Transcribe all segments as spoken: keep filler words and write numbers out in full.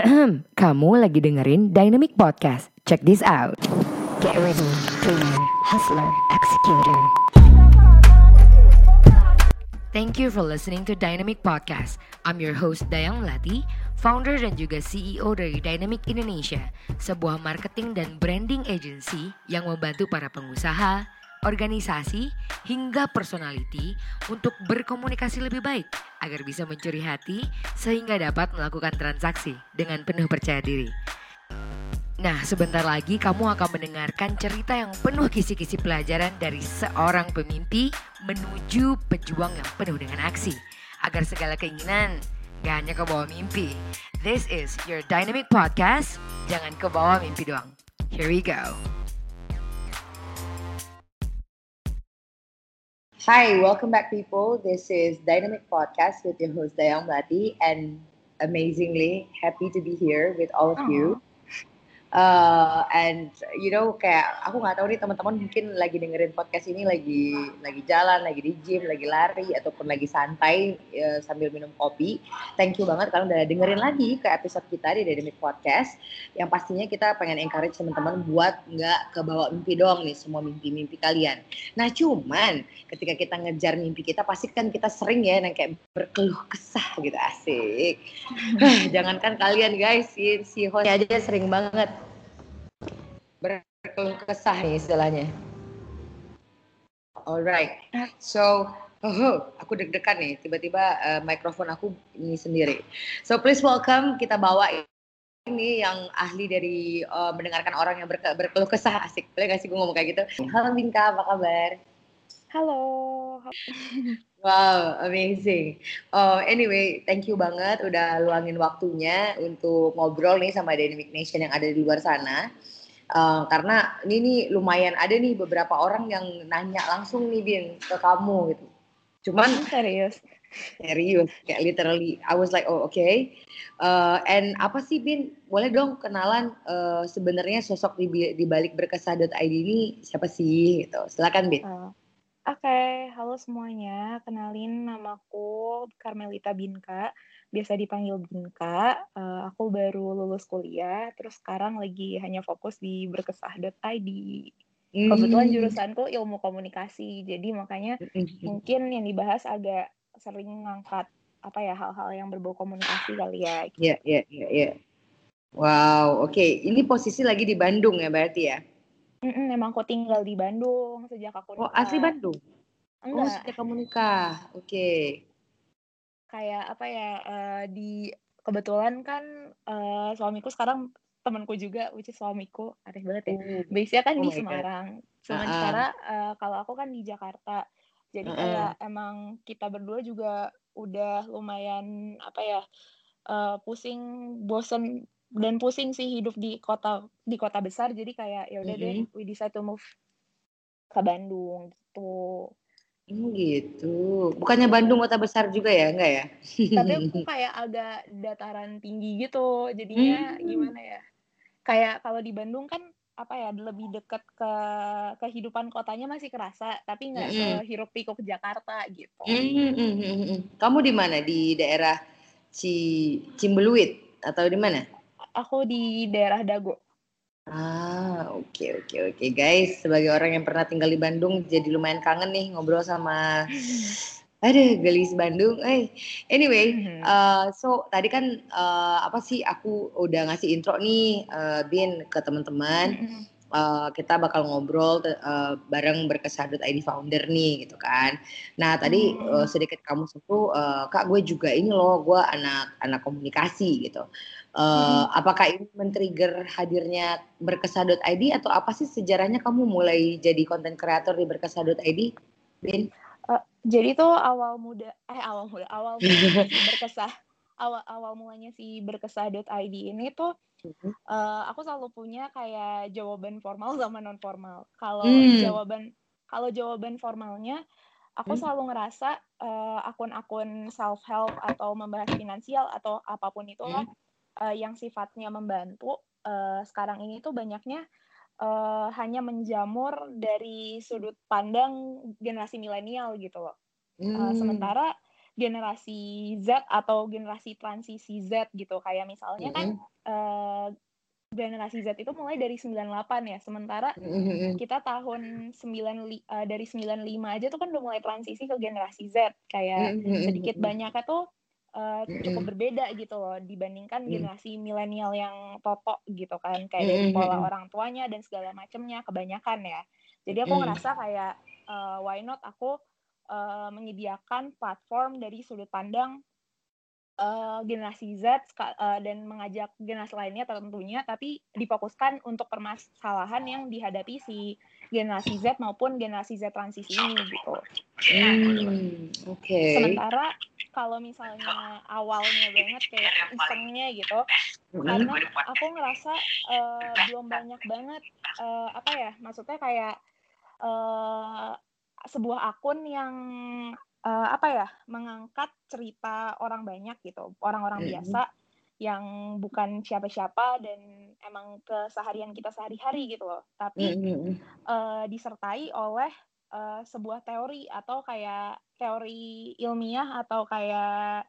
Kamu lagi dengerin Dynamic Podcast. Check this out. Get ready, dreamer, hustler, executor. Thank you for listening to Dynamic Podcast. I'm your host Dayang Melati, founder dan juga C E O dari Dynamic Indonesia, sebuah marketing dan branding agency yang membantu para pengusaha, organisasi, hingga personality untuk berkomunikasi lebih baik agar bisa mencuri hati sehingga dapat melakukan transaksi dengan penuh percaya diri. Nah, sebentar lagi kamu akan mendengarkan cerita yang penuh kisi-kisi pelajaran dari seorang pemimpi menuju pejuang yang penuh dengan aksi agar segala keinginan gak hanya kebawa mimpi. This is your Dynamic Podcast. Jangan kebawa mimpi doang. Here we go. Hi, welcome back, people. This is Dynamic Podcast with your host Dayang Melati, and amazingly happy to be here with all of you. Uh, and you know, kayak aku nggak tahu nih teman-teman mungkin lagi dengerin podcast ini lagi lagi jalan, lagi di gym, lagi lari ataupun lagi santai uh, sambil minum kopi. Thank you banget kalian udah dengerin lagi ke episode kita di Dynamic Podcast. Yang pastinya kita pengen encourage teman-teman buat nggak kebawa mimpi doang nih, semua mimpi-mimpi kalian. Nah, cuman ketika kita ngejar mimpi kita pasti kan kita sering ya yang kayak berkeluh kesah gitu, asik. Jangankan kalian guys, si, si host aja sering banget berkeluh kesah nih istilahnya. Alright, so oh, aku deg-degan nih, tiba-tiba uh, mikrofon aku ini sendiri. So please welcome, kita bawa ini yang ahli dari uh, mendengarkan orang yang berke- berkeluh kesah, asik. Boleh gak sih gue ngomong kayak gitu? Halo Binka, apa kabar? Halo. Wow, amazing. Uh, anyway, thank you banget udah luangin waktunya untuk ngobrol nih sama Dynamic Nation yang ada di luar sana. Uh, karena ini nih lumayan ada nih beberapa orang yang nanya langsung nih Bin ke kamu gitu. Cuman serius, serius kayak literally I was like oh oke. Okay. Uh, and apa sih Bin? Boleh dong kenalan uh, sebenarnya sosok di, di balik berkesah dot i d ini siapa sih gitu. Silakan Bin. Uh, Oke, okay. Halo semuanya. Kenalin namaku Carmelita Binka. Biasa dipanggil Binka. Uh, aku baru lulus kuliah, terus sekarang lagi hanya fokus di berkesah dot i d. Hmm. Kebetulan jurusanku ilmu komunikasi, jadi makanya hmm. mungkin yang dibahas agak sering ngangkat apa ya hal-hal yang berbau komunikasi kali ya. Iya, iya, iya, iya. Wow, oke. Okay. Ini posisi lagi di Bandung ya berarti ya? Mm-mm, emang aku tinggal di Bandung sejak aku nikah. Oh, asli Bandung? Enggak. Oh, sejak kamu nikah. Oke. Okay. Kayak apa ya, uh, di kebetulan kan uh, suamiku sekarang temanku juga, which is suamiku, aneh banget ya. Uh. Base-nya kan oh di Semarang. God. Sementara uh-uh. uh, kalau aku kan di Jakarta. Jadi uh-uh. kayak emang kita berdua juga udah lumayan apa ya, uh, pusing, bosen dan pusing sih hidup di kota di kota besar. Jadi kayak ya udah mm-hmm. deh, we decide to move ke Bandung gitu. Oh gitu. Bukannya Bandung kota besar juga ya, enggak ya? Tapi aku kayak agak dataran tinggi gitu. Jadinya hmm. gimana ya? Kayak kalau di Bandung kan apa ya, lebih dekat ke kehidupan kotanya masih kerasa, tapi nggak hmm. sehirup pikuk Jakarta gitu. Hmm. Kamu di mana? Di daerah Ci Cimbeluit atau di mana? Aku di daerah Dago. Ah, oke okay, oke okay, oke okay. Guys, sebagai orang yang pernah tinggal di Bandung jadi lumayan kangen nih ngobrol sama aduh gelis Bandung. Eh, anyway, mm-hmm. uh, so tadi kan uh, apa sih aku udah ngasih intro nih uh, Bin ke teman-teman. Mm-hmm. Uh, kita bakal ngobrol uh, bareng berkesah dot i d founder nih gitu kan. Nah tadi mm-hmm. uh, sedikit kamu sentuh, uh, Kak gue juga ini loh, gue anak anak komunikasi gitu. Uh, hmm. Apakah ini men-trigger hadirnya berkesah dot i d atau apa sih sejarahnya kamu mulai jadi konten kreator di berkesah dot i d, Bin? Uh, jadi tuh awal muda, eh awal muda, awal mulanya si berkesah, awal awal mulanya si berkesah dot i d ini tuh, uh, aku selalu punya kayak jawaban formal sama non formal. Kalau hmm. jawaban, kalau jawaban formalnya, aku hmm. selalu ngerasa uh, akun-akun self help atau membahas finansial atau apapun itulah. Hmm. Uh, yang sifatnya membantu uh, sekarang ini tuh banyaknya uh, hanya menjamur dari sudut pandang generasi milenial gitu loh. Hmm. Uh, sementara generasi Z atau generasi transisi Z gitu. Kayak misalnya kan Mm-hmm. uh, generasi Z itu mulai dari sembilan puluh delapan ya, sementara mm-hmm. kita tahun sembilan uh, dari sembilan puluh lima aja tuh kan udah mulai transisi ke generasi Z. Kayak mm-hmm. sedikit banyaknya tuh uh, mm-hmm. cukup berbeda gitu loh dibandingkan mm-hmm. generasi milenial yang totok gitu kan, kayak mm-hmm. dari pola orang tuanya dan segala macamnya kebanyakan ya. Jadi aku ngerasa kayak uh, why not aku uh, menyediakan platform dari sudut pandang Uh, generasi Z uh, dan mengajak generasi lainnya tentunya, tapi difokuskan untuk permasalahan yang dihadapi si generasi Z maupun generasi Z transisi ini gitu. Nah, hmm, okay. Sementara kalau misalnya awalnya banget kayak isengnya gitu, mm-hmm. karena aku ngerasa uh, belum banyak banget uh, apa ya, maksudnya kayak uh, sebuah akun yang Uh, apa ya, mengangkat cerita orang banyak gitu, orang-orang mm-hmm. biasa yang bukan siapa-siapa dan emang keseharian kita sehari-hari gitu loh, tapi mm-hmm. uh, disertai oleh uh, sebuah teori atau kayak teori ilmiah atau kayak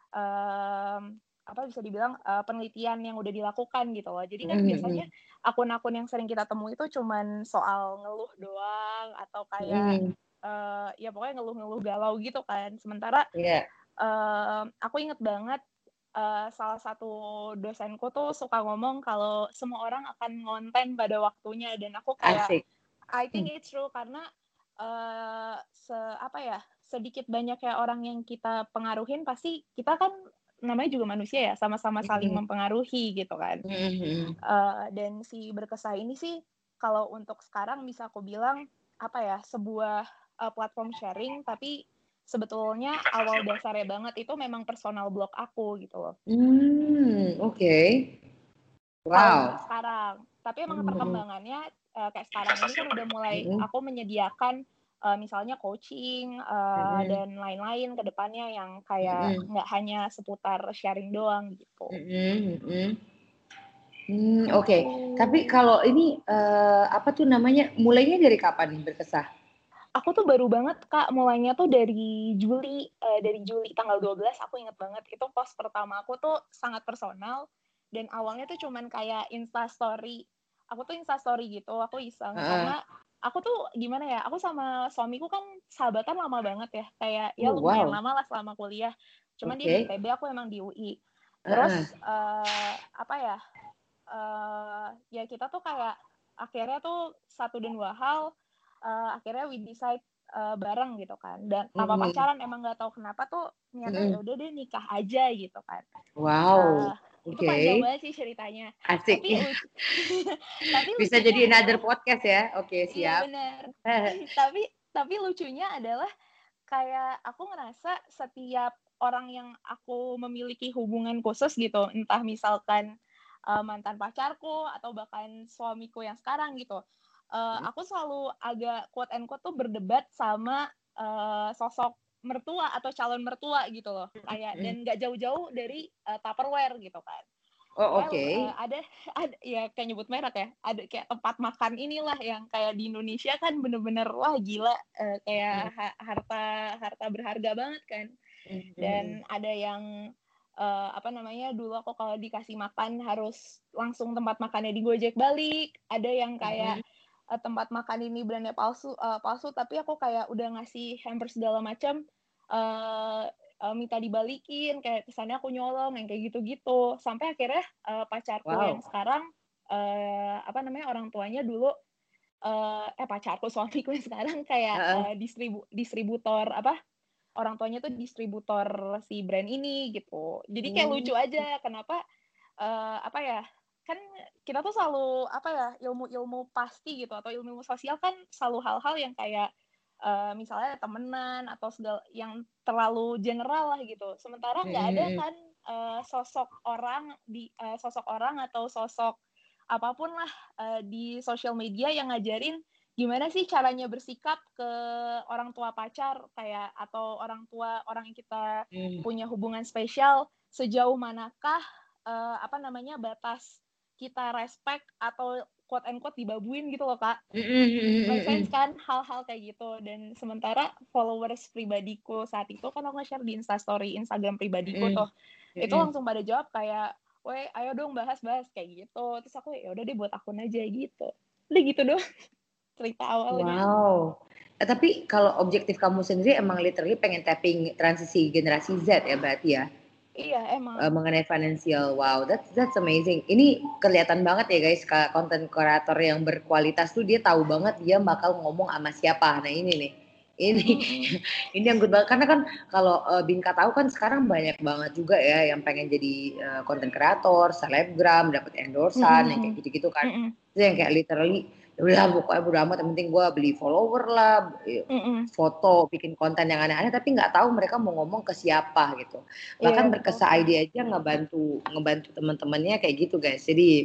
um, apa bisa dibilang uh, penelitian yang udah dilakukan gitu loh. Jadi kan mm-hmm. biasanya akun-akun yang sering kita temui itu cuman soal ngeluh doang atau kayak mm-hmm. Uh, ya pokoknya ngeluh-ngeluh galau gitu kan. Sementara yeah. uh, aku inget banget uh, salah satu dosenku tuh suka ngomong kalau semua orang akan ngonten pada waktunya, dan aku kayak Asik. I think it's true karena uh, se apa ya sedikit banyak ya orang yang kita pengaruhin, pasti kita kan namanya juga manusia ya, sama-sama saling mm-hmm. mempengaruhi gitu kan. Mm-hmm. Uh, dan si Berkesah ini sih kalau untuk sekarang bisa aku bilang apa ya, sebuah Uh, platform sharing, tapi sebetulnya awal dasarnya banget itu memang personal blog aku gitu loh. Hmm, oke. Okay. Wow. Kalau untuk sekarang, tapi emang hmm. perkembangannya uh, kayak sekarang ini kan udah mulai hmm. aku menyediakan uh, misalnya coaching uh, hmm. dan lain-lain ke depannya yang kayak nggak hmm. hanya seputar sharing doang gitu. Hmm. Hmm. Hmm, oke. Okay. Tapi kalau ini uh, apa tuh namanya? Mulainya dari kapan nih Berkesah? Aku tuh baru banget Kak, mulainya tuh dari Juli, uh, dari Juli tanggal dua belas, aku inget banget. Itu post pertama aku tuh sangat personal, dan awalnya tuh cuman kayak Instastory. Aku tuh Instastory gitu, aku iseng. Uh. Karena aku tuh gimana ya, aku sama suamiku kan sahabatan lama banget ya. Kayak ya lumayan oh, wow. lama lah selama kuliah. Cuman okay. dia di I T B, aku emang di U I. Terus, uh. Uh, apa ya, uh, ya kita tuh kayak akhirnya tuh satu dan dua hal, Uh, akhirnya we decide uh, bareng gitu kan, dan tanpa mm-hmm. pacaran, emang nggak tahu kenapa tuh niatnya mm-hmm. ya udah deh nikah aja gitu kan. Wow, uh, okay. Itu panjang banget sih ceritanya. Asik. Tapi lucu. Tapi bisa jadi another podcast ya. Oke, okay, siap. Iya benar. tapi tapi lucunya adalah kayak aku ngerasa setiap orang yang aku memiliki hubungan khusus gitu, entah misalkan uh, mantan pacarku atau bahkan suamiku yang sekarang gitu. Uh, aku selalu agak quote and quote tuh berdebat sama uh, sosok mertua atau calon mertua gitu loh, kayak dan nggak jauh-jauh dari uh, Tupperware gitu kan. Oh oke. Okay. Uh, ada ada ya kayak nyebut merek ya, ada kayak tempat makan inilah yang kayak di Indonesia kan bener-bener wah gila, uh, kayak ha- harta harta berharga banget kan. Dan ada yang uh, apa namanya, dulu aku kalau dikasih makan harus langsung tempat makannya di Gojek balik. Ada yang kayak uh, tempat makan ini brandnya palsu uh, palsu tapi aku kayak udah ngasih hampers segala macam, uh, uh, minta dibalikin, kayak kesannya aku nyolong yang kayak gitu-gitu, sampai akhirnya uh, pacarku wow. yang sekarang uh, apa namanya orang tuanya dulu uh, eh pacarku suamiku yang sekarang kayak uh. Uh, distribu distributor apa orang tuanya tuh distributor si brand ini gitu. Jadi kayak hmm. lucu aja kenapa uh, apa ya, kan kita tuh selalu apa ya, ilmu-ilmu pasti gitu atau ilmu sosial kan selalu hal-hal yang kayak uh, misalnya temenan atau segala yang terlalu general lah gitu. Sementara nggak ada kan uh, sosok orang di uh, sosok orang atau sosok apapun lah uh, di sosial media yang ngajarin gimana sih caranya bersikap ke orang tua pacar kayak atau orang tua orang yang kita hmm. punya hubungan spesial, sejauh manakah uh, apa namanya batas kita respect atau quote and quote dibabuin gitu loh Kak. Mm-mm. Make sense kan hal-hal kayak gitu. Dan sementara followers pribadiku saat itu kan aku nge-share di Instastory Instagram pribadiku tuh, Mm-mm. itu langsung pada jawab kayak, weh ayo dong bahas-bahas kayak gitu. Terus aku ya udah deh buat akun aja gitu. Udah gitu doang cerita awalnya. Wow. Eh, tapi kalau objektif kamu sendiri emang literally pengen tapping transisi generasi Z ya berarti ya? Iya Uh, emang. mengenai financial. Wow, that's that's amazing. Ini kelihatan banget ya guys, konten kreator yang berkualitas tuh dia tahu banget dia bakal ngomong sama siapa. Nah ini nih, ini Mm-mm. ini yang good banget karena kan kalau uh, Binka tahu kan sekarang banyak banget juga ya yang pengen jadi konten uh, kreator, selebgram, dapat endorsan, yang kayak gitu-gitu kan. Mm-mm. Itu yang kayak literally udah pokoknya bodo amat yang penting gue beli follower lah, Mm-mm. foto, bikin konten yang aneh-aneh tapi nggak tahu mereka mau ngomong ke siapa gitu. Bahkan Iya, Berkesah I D aja ngebantu ngebantu teman-temannya kayak gitu guys. Jadi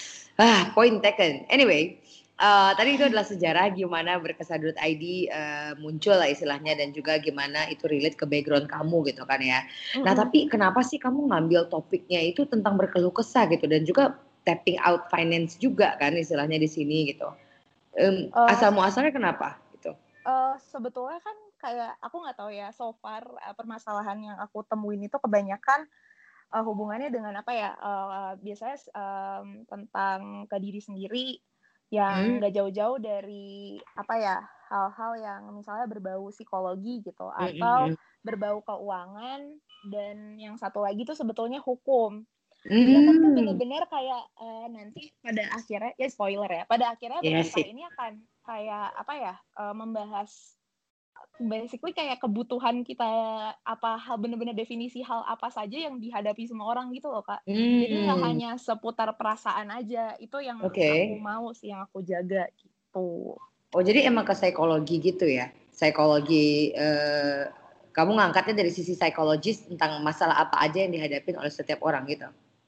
ah point taken. Anyway, uh, tadi itu adalah sejarah gimana berkesah.id uh, muncul lah istilahnya dan juga gimana itu relate ke background kamu gitu kan ya. Mm-mm. Nah tapi kenapa sih kamu ngambil topiknya itu tentang berkeluh kesah gitu dan juga tapping out finance juga kan istilahnya di sini gitu. Um, Uh, asal muasalnya kenapa gitu? Uh, sebetulnya kan kayak aku nggak tahu ya so far uh, permasalahan yang aku temuin itu kebanyakan uh, hubungannya dengan apa ya uh, biasanya um, tentang ke diri sendiri yang nggak hmm. jauh-jauh dari apa ya hal-hal yang misalnya berbau psikologi gitu atau mm-hmm. berbau keuangan dan yang satu lagi tuh sebetulnya hukum. Jadi aku tuh bener-bener kayak uh, nanti pada akhirnya ya spoiler ya pada akhirnya Berkesah yes, ini akan kayak apa ya uh, membahas basically kayak kebutuhan kita apa hal bener-bener definisi hal apa saja yang dihadapi semua orang gitu loh Kak. Hmm. Jadi nggak hanya seputar perasaan aja itu yang okay. aku mau sih yang aku jaga gitu. Oh jadi emang ke psikologi gitu ya? Psikologi eh, kamu ngangkatnya dari sisi psikologis tentang masalah apa aja yang dihadapin oleh setiap orang gitu?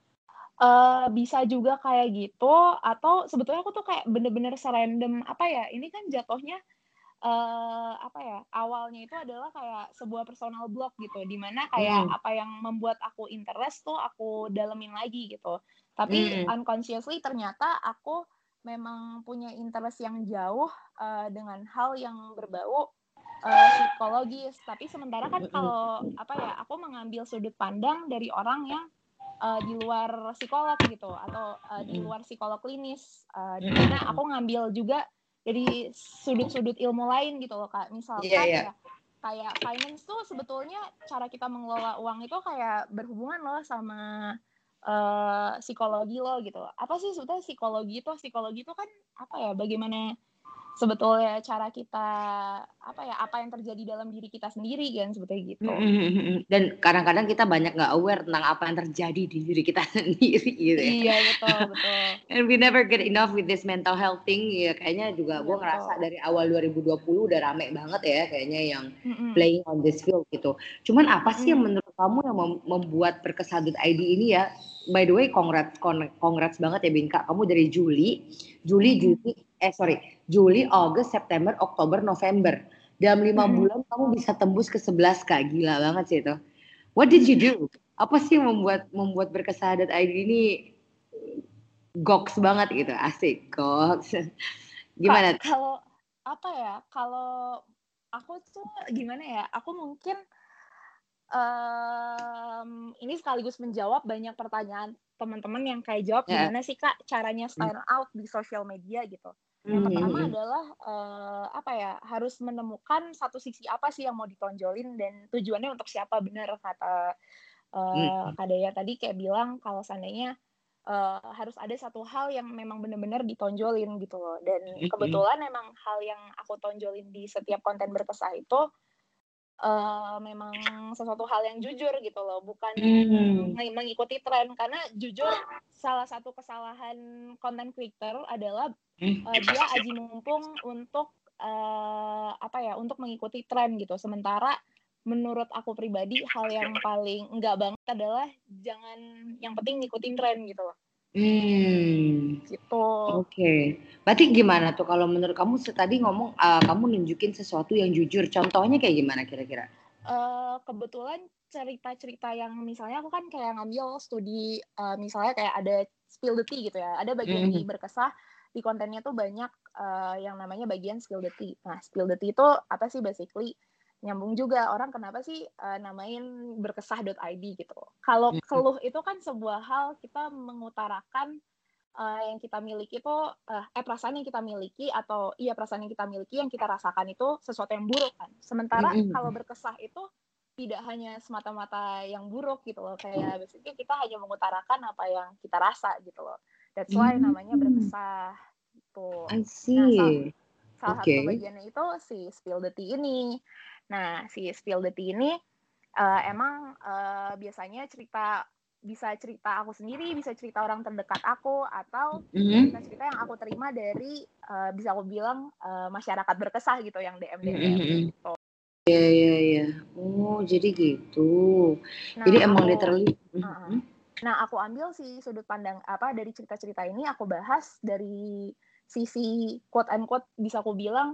Uh, bisa juga kayak gitu atau sebetulnya aku tuh kayak bener-bener serandom apa ya ini kan jatuhnya uh, apa ya awalnya itu adalah kayak sebuah personal blog gitu dimana kayak hmm. apa yang membuat aku interest tuh aku dalemin lagi gitu tapi hmm. unconsciously ternyata aku memang punya interest yang jauh uh, dengan hal yang berbau uh, psikologis tapi sementara kan kalau apa ya aku mengambil sudut pandang dari orang yang Uh, di luar psikolog gitu atau uh, di luar psikolog klinis uh, di mana aku ngambil juga dari sudut-sudut ilmu lain gitu loh Kak misalkan yeah, yeah. ya kayak finance tuh sebetulnya cara kita mengelola uang itu kayak berhubungan loh sama uh, psikologi loh gitu apa sih sebetulnya psikologi itu psikologi itu kan apa ya bagaimana sebetulnya cara kita apa ya apa yang terjadi dalam diri kita sendiri kan sebetulnya gitu. Dan kadang-kadang kita banyak nggak aware tentang apa yang terjadi di diri kita sendiri gitu ya. Iya betul betul. And we never get enough with this mental health thing ya kayaknya juga iya, gue ngerasa dari awal dua ribu dua puluh udah rame banget ya kayaknya yang mm-hmm. playing on this field gitu. Cuman apa sih mm-hmm. yang menurut kamu yang membuat Berkesah.id ini ya? By the way, congrats, congrats banget ya Binka. Kamu dari Juli, Juli, mm-hmm. Juli, eh sorry, Juli, Agustus, September, Oktober, November. Dalam lima mm-hmm. bulan kamu bisa tembus ke sebelas Kak. Gila banget sih itu. What did you do? Apa sih yang membuat membuat Berkesah.id ini goks banget gitu? Asik, goks. Gimana? Kalau apa ya? Kalau aku tuh gimana ya? Aku mungkin Um, ini sekaligus menjawab banyak pertanyaan teman-teman yang kayak jawab yeah. gimana sih Kak caranya stand out di sosial media gitu. Yang mm-hmm. pertama adalah uh, apa ya harus menemukan satu sisi apa sih yang mau ditonjolin dan tujuannya untuk siapa benar kata uh, mm-hmm. Kak Daya tadi kayak bilang kalau seandainya uh, harus ada satu hal yang memang benar-benar ditonjolin gitu loh dan mm-hmm. kebetulan memang hal yang aku tonjolin di setiap konten Berkesah itu Uh, memang sesuatu hal yang jujur gitu loh, bukan hmm. mengikuti tren karena jujur salah satu kesalahan content creator adalah uh, dia aji mumpung untuk uh, apa ya untuk mengikuti tren gitu. Sementara menurut aku pribadi hal yang paling enggak banget adalah jangan yang penting ngikutin tren gitu loh. Hmm. Gitu. Oke. Okay. Berarti gimana tuh kalau menurut kamu tadi ngomong uh, kamu nunjukin sesuatu yang jujur. Contohnya kayak gimana kira-kira? Uh, kebetulan cerita-cerita yang misalnya aku kan kayak ngambil studi uh, misalnya kayak ada spill the tea gitu ya. Ada bagian mm-hmm. di Berkesah di kontennya tuh banyak uh, yang namanya bagian spill the tea. Nah, spill the tea itu apa sih basically? Nyambung juga orang kenapa sih uh, namain berkesah dot i d gitu. Kalau keluh itu kan sebuah hal kita mengutarakan uh, yang kita miliki itu uh, eh perasaan yang kita miliki atau iya perasaan yang kita miliki yang kita rasakan itu sesuatu yang buruk kan. Sementara mm-hmm. kalau berkesah itu tidak hanya semata-mata yang buruk gitu loh, kayak basically kita hanya mengutarakan apa yang kita rasa gitu loh. That's why namanya berkesah gitu. I see. Nah, salah, salah okay. satu bagiannya itu si spill the tea ini. Nah, si spill the tea ini uh, emang uh, biasanya cerita bisa cerita aku sendiri, bisa cerita orang terdekat aku, atau mm-hmm. cerita-cerita yang aku terima dari uh, bisa aku bilang uh, masyarakat berkesah gitu yang D M D M mm-hmm. gitu. Iya iya iya. Oh jadi gitu. Nah, jadi emang aku, literally. Uh-uh. Nah aku ambil si sudut pandang apa dari cerita-cerita ini aku bahas dari sisi quote unquote bisa aku bilang.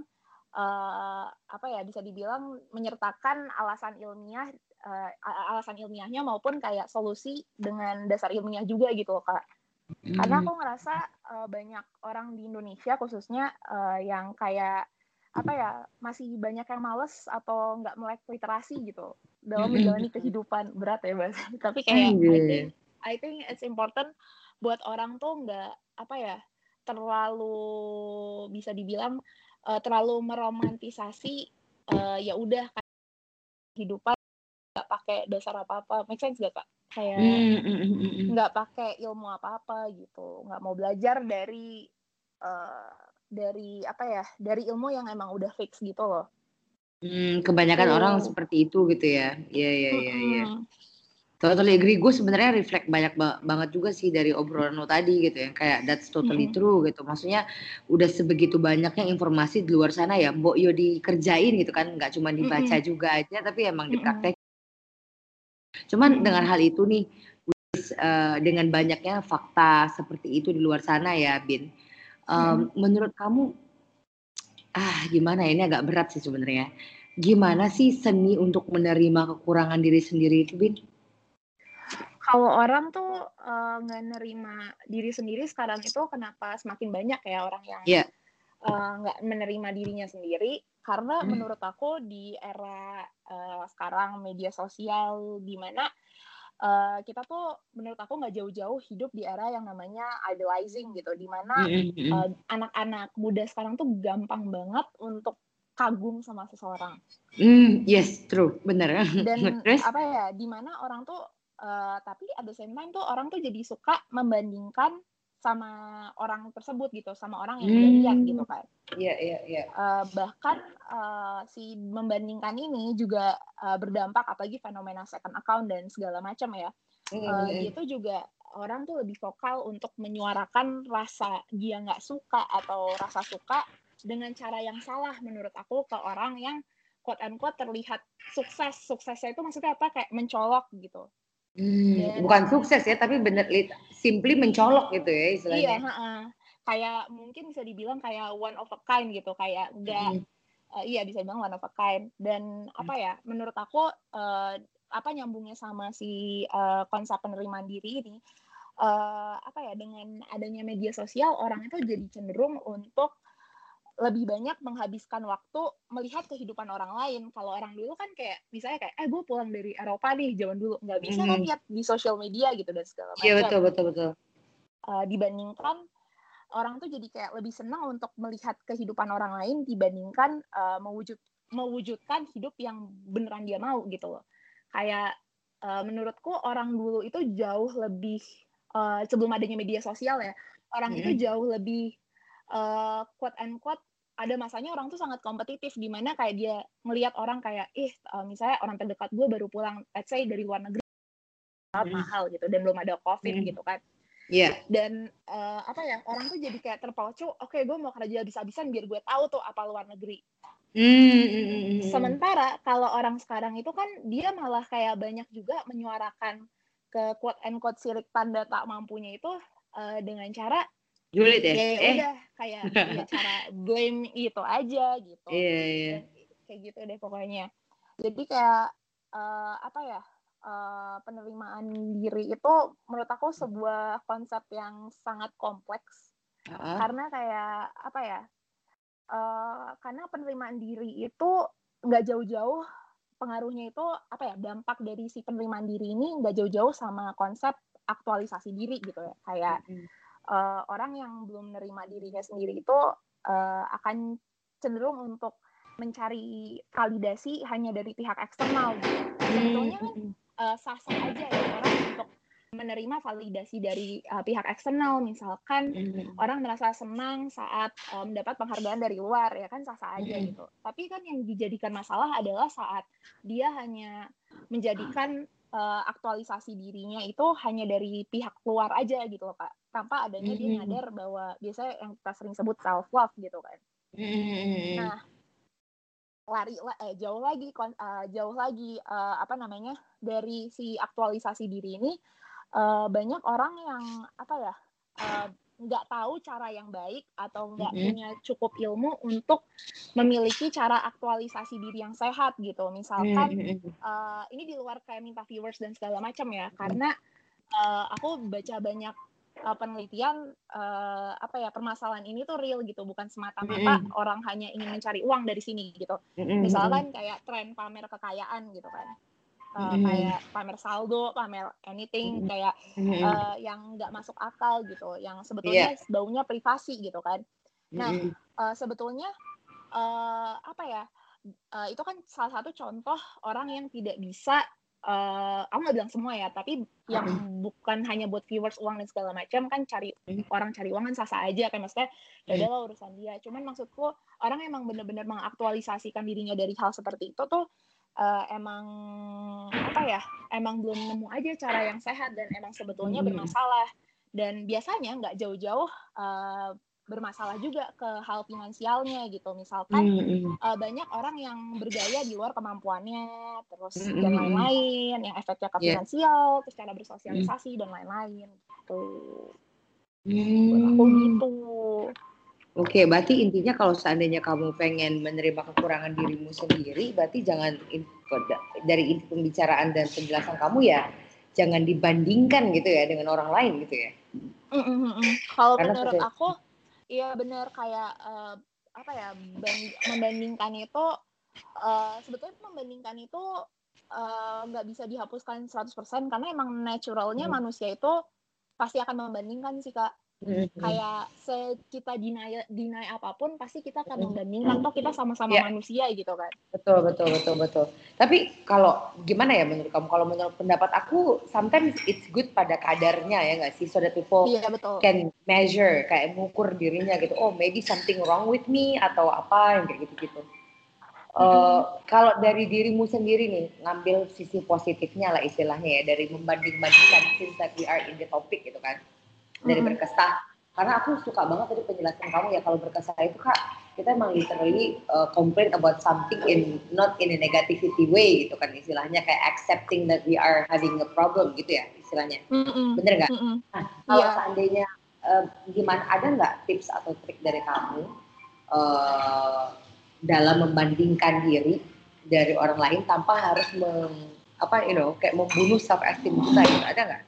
Uh, apa ya bisa dibilang menyertakan alasan ilmiah uh, alasan ilmiahnya maupun kayak solusi dengan dasar ilmiah juga gitu loh Kak. Mm. Karena aku ngerasa uh, banyak orang di Indonesia khususnya uh, yang kayak apa ya masih banyak yang males atau nggak melek literasi gitu dalam menjalani kehidupan. Berat ya Mas. Tapi kayak I think I think it's important buat orang tuh nggak apa ya terlalu bisa dibilang Uh, terlalu meromantisasi uh, ya udah kehidupan nggak pakai dasar apa apa, make sense gak Kak? Kayak nggak mm, pakai ilmu apa apa gitu, nggak mau belajar dari uh, dari apa ya dari ilmu yang emang udah fix gitu loh. Hmm, kebanyakan gitu. Orang seperti itu gitu ya, iya iya iya. iya. Totally agree, gue sebenarnya reflect banyak ba- banget juga sih dari obrolan lo tadi gitu ya, kayak that's totally mm-hmm. true gitu. Maksudnya udah sebegitu banyaknya informasi di luar sana ya, mbok yo dikerjain gitu kan, nggak cuma dibaca mm-hmm. juga aja, tapi emang dipraktek. Mm-hmm. Cuman mm-hmm. dengan hal itu nih, uh, dengan banyaknya fakta seperti itu di luar sana ya, Bin. Um, mm-hmm. Menurut kamu, ah gimana ya, ini agak berat sih sebenarnya. Gimana sih seni untuk menerima kekurangan diri sendiri itu, Bin? Kalau orang tuh nggak uh, nerima diri sendiri sekarang itu kenapa semakin banyak ya orang yang yeah. uh, nggak menerima dirinya sendiri karena hmm. menurut aku di era uh, sekarang media sosial di mana uh, kita tuh menurut aku nggak jauh-jauh hidup di era yang namanya idolizing gitu di mana mm-hmm. uh, anak-anak muda sekarang tuh gampang banget untuk kagum sama seseorang. Mm, yes, true, benar. Dan apa ya di mana orang tuh Uh, tapi at the same time tuh orang tuh jadi suka membandingkan sama orang tersebut gitu, sama orang yang udah lihat gitu kan. Iya, iya, iya. Bahkan uh, si membandingkan ini juga uh, berdampak apalagi fenomena second account dan segala macam ya. Mm. Uh, dia tuh juga orang tuh lebih vokal untuk menyuarakan rasa dia nggak suka atau rasa suka dengan cara yang salah menurut aku ke orang yang quote unquote terlihat sukses. Suksesnya itu maksudnya apa? Kayak mencolok gitu. Hmm, Dan, bukan sukses ya, tapi bener simply mencolok gitu ya istilahnya. Iya, uh-uh. kayak mungkin bisa dibilang kayak one of a kind gitu, kayak enggak, mm. uh, iya bisa dibilang one of a kind. Dan mm. apa ya, menurut aku uh, apa nyambungnya sama si uh, konsep penerimaan diri ini, uh, apa ya dengan adanya media sosial orang itu jadi cenderung untuk lebih banyak menghabiskan waktu melihat kehidupan orang lain. Kalau orang dulu kan kayak misalnya kayak eh gue pulang dari Eropa nih zaman dulu nggak bisa mm-hmm. kan lihat di sosial media gitu dan segala macam. Iya betul betul betul. Uh, dibandingkan orang tuh jadi kayak lebih senang untuk melihat kehidupan orang lain dibandingkan uh, mewujud mewujudkan hidup yang beneran dia mau gitu loh. Kayak uh, menurutku orang dulu itu jauh lebih uh, sebelum adanya media sosial ya orang mm-hmm. itu jauh lebih Uh, quote and quote ada masanya orang tuh sangat kompetitif di mana kayak dia ngelihat orang kayak ih uh, misalnya orang terdekat gue baru pulang let's say dari luar negeri mm. mahal gitu dan belum ada covid mm. gitu kan yeah. dan uh, apa ya orang tuh jadi kayak terpacu oke okay, gue mau kerja habis-habisan biar gue tahu tuh apa luar negeri mm. sementara kalau orang sekarang itu kan dia malah kayak banyak juga menyuarakan ke quote and quote sirik tanda tak mampunya itu uh, dengan cara julid ya? Ya eh. udah kayak ya cara blame itu aja gitu. Iya, yeah, iya. Yeah. Kayak gitu deh pokoknya. Jadi kayak uh, apa ya? Uh, penerimaan diri itu menurut aku sebuah konsep yang sangat kompleks Uh-uh. Karena kayak apa ya? Uh, karena penerimaan diri itu nggak jauh-jauh pengaruhnya itu apa ya? Dampak dari si penerimaan diri ini nggak jauh-jauh sama konsep aktualisasi diri gitu ya. Kayak mm-hmm. uh, orang yang belum menerima dirinya sendiri itu uh, akan cenderung untuk mencari validasi hanya dari pihak eksternal gitu. Sebetulnya kan uh, sah-sah aja ya orang untuk menerima validasi dari uh, pihak eksternal. Misalkan mm-hmm. orang merasa senang saat uh, mendapat penghargaan dari luar, ya kan sah-sah aja mm-hmm. gitu. Tapi kan yang dijadikan masalah adalah saat dia hanya menjadikan uh, aktualisasi dirinya itu hanya dari pihak luar aja gitu loh Kak. Tanpa adanya mm-hmm. dia nyadar bahwa biasanya yang kita sering sebut self love gitu kan. Mm-hmm. Nah, lari eh, jauh lagi uh, jauh lagi uh, apa namanya dari si aktualisasi diri ini uh, banyak orang yang apa ya nggak uh, tahu cara yang baik atau nggak mm-hmm. punya cukup ilmu untuk memiliki cara aktualisasi diri yang sehat gitu. Misalkan mm-hmm. uh, ini di luar kayak minta viewers dan segala macam ya, mm-hmm. karena uh, aku baca banyak Uh, penelitian uh, apa ya permasalahan ini tuh real gitu, bukan semata-mata mm-hmm. orang hanya ingin mencari uang dari sini gitu. Mm-hmm. Misalkan kayak tren pamer kekayaan gitu kan, uh, mm-hmm. kayak pamer saldo, pamer anything, mm-hmm. kayak uh, yang nggak masuk akal gitu, yang sebetulnya yeah. baunya privasi gitu kan. Nah mm-hmm. uh, sebetulnya uh, apa ya uh, itu kan salah satu contoh orang yang tidak bisa. Uh, aku nggak bilang semua ya, tapi yang bukan hanya buat viewers uang dan segala macam kan cari orang cari uang kan sah-sah aja kan, maksudnya ya udahlah urusan dia. Cuman maksudku orang emang benar-benar mengaktualisasikan dirinya dari hal seperti itu tuh uh, emang apa ya emang belum nemu aja cara yang sehat dan emang sebetulnya bermasalah. Dan biasanya nggak jauh-jauh uh, bermasalah juga ke hal finansialnya gitu. Misalkan mm-hmm. uh, banyak orang yang bergaya di luar kemampuannya, terus mm-hmm. dan lain-lain, yang efeknya ke yeah. finansial, terus cara bersosialisasi mm-hmm. dan lain-lain gitu. Mm-hmm. Buat aku gitu. Oke, okay, berarti intinya kalau seandainya kamu pengen menerima kekurangan dirimu sendiri, berarti jangan dari inti pembicaraan dan penjelasan kamu ya, jangan dibandingkan gitu ya dengan orang lain gitu ya. Mm-hmm. Kalau menurut sesuai... aku iya benar, kayak uh, apa ya band, membandingkan itu uh, sebetulnya membandingkan itu nggak uh, bisa dihapuskan seratus persen karena emang naturalnya hmm. manusia itu pasti akan membandingkan sih Kak. Hmm. Kayak kita deny deny apapun pasti kita akan hmm. membandingkan, toh kita sama-sama yeah. manusia gitu kan. Betul betul betul betul. Tapi kalau gimana ya menurut kamu? Kalau menurut pendapat aku, sometimes it's good pada kadarnya ya nggak sih, so that people yeah, betul. can measure, kayak mengukur dirinya gitu. Oh maybe something wrong with me atau apa yang kayak gitu-gitu. Uh, mm-hmm. Kalau dari dirimu sendiri nih, ngambil sisi positifnya lah istilahnya ya, dari membanding-bandingkan, since like we are in the topic gitu kan, dari mm-hmm. berkesah. Karena aku suka banget tadi penjelasan kamu ya, kalau berkesah itu Kak, kita emang literally uh, complain about something in not in a negativity way gitu kan istilahnya, kayak accepting that we are having a problem gitu ya istilahnya. Mm-hmm. Bener nggak? Mm-hmm. Nah kalau yeah. seandainya uh, gimana, ada nggak tips atau trik dari kamu uh, dalam membandingkan diri dari orang lain tanpa harus meng, apa you know kayak membunuh self esteem kita gitu, ada nggak?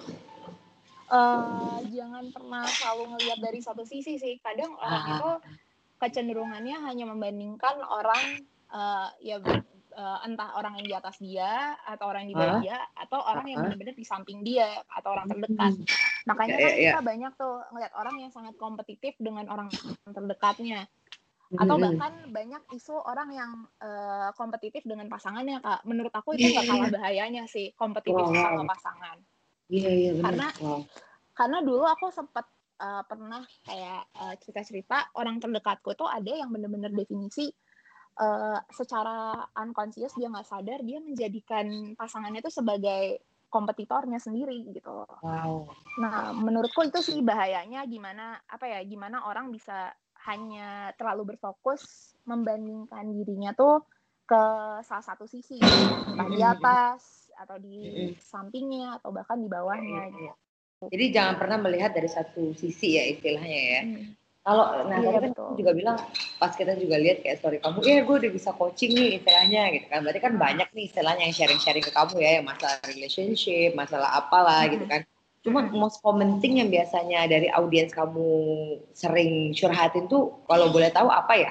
Uh, jangan pernah selalu ngelihat dari satu sisi sih. Kadang orang ah. itu kecenderungannya hanya membandingkan orang uh, ya uh, entah orang yang di atas dia atau orang yang di bawah ah. dia atau orang yang benar-benar di samping dia atau orang terdekat. Makanya kan kita banyak tuh ngelihat orang yang sangat kompetitif dengan orang terdekatnya. Atau bahkan banyak isu orang yang uh, kompetitif dengan pasangannya Kak. Menurut aku itu nggak kalah bahayanya sih, kompetitif wow. sama pasangan. Iya iya benar. Karena wow. karena dulu aku sempat uh, pernah kayak uh, cerita-cerita orang terdekatku tuh ada yang benar-benar definisi uh, secara unconscious, dia nggak sadar dia menjadikan pasangannya tuh sebagai kompetitornya sendiri gitu. Wow. Nah menurutku itu sih bahayanya, gimana apa ya gimana orang bisa hanya terlalu berfokus membandingkan dirinya tuh ke salah satu sisi, entah di atas atau di sampingnya atau bahkan di bawahnya gitu. Jadi jangan pernah melihat dari satu sisi ya istilahnya ya. Hmm. Kalau nah iya, tadi kan aku juga bilang pas kita juga lihat kayak story kamu, ya gue udah bisa coaching nih istilahnya gitu kan. Berarti kan banyak nih istilahnya yang sharing-sharing ke kamu ya, yang masalah relationship, masalah apalah hmm. gitu kan. Cuma most common thing yang biasanya dari audiens kamu sering curhatin tuh kalau boleh tahu apa ya?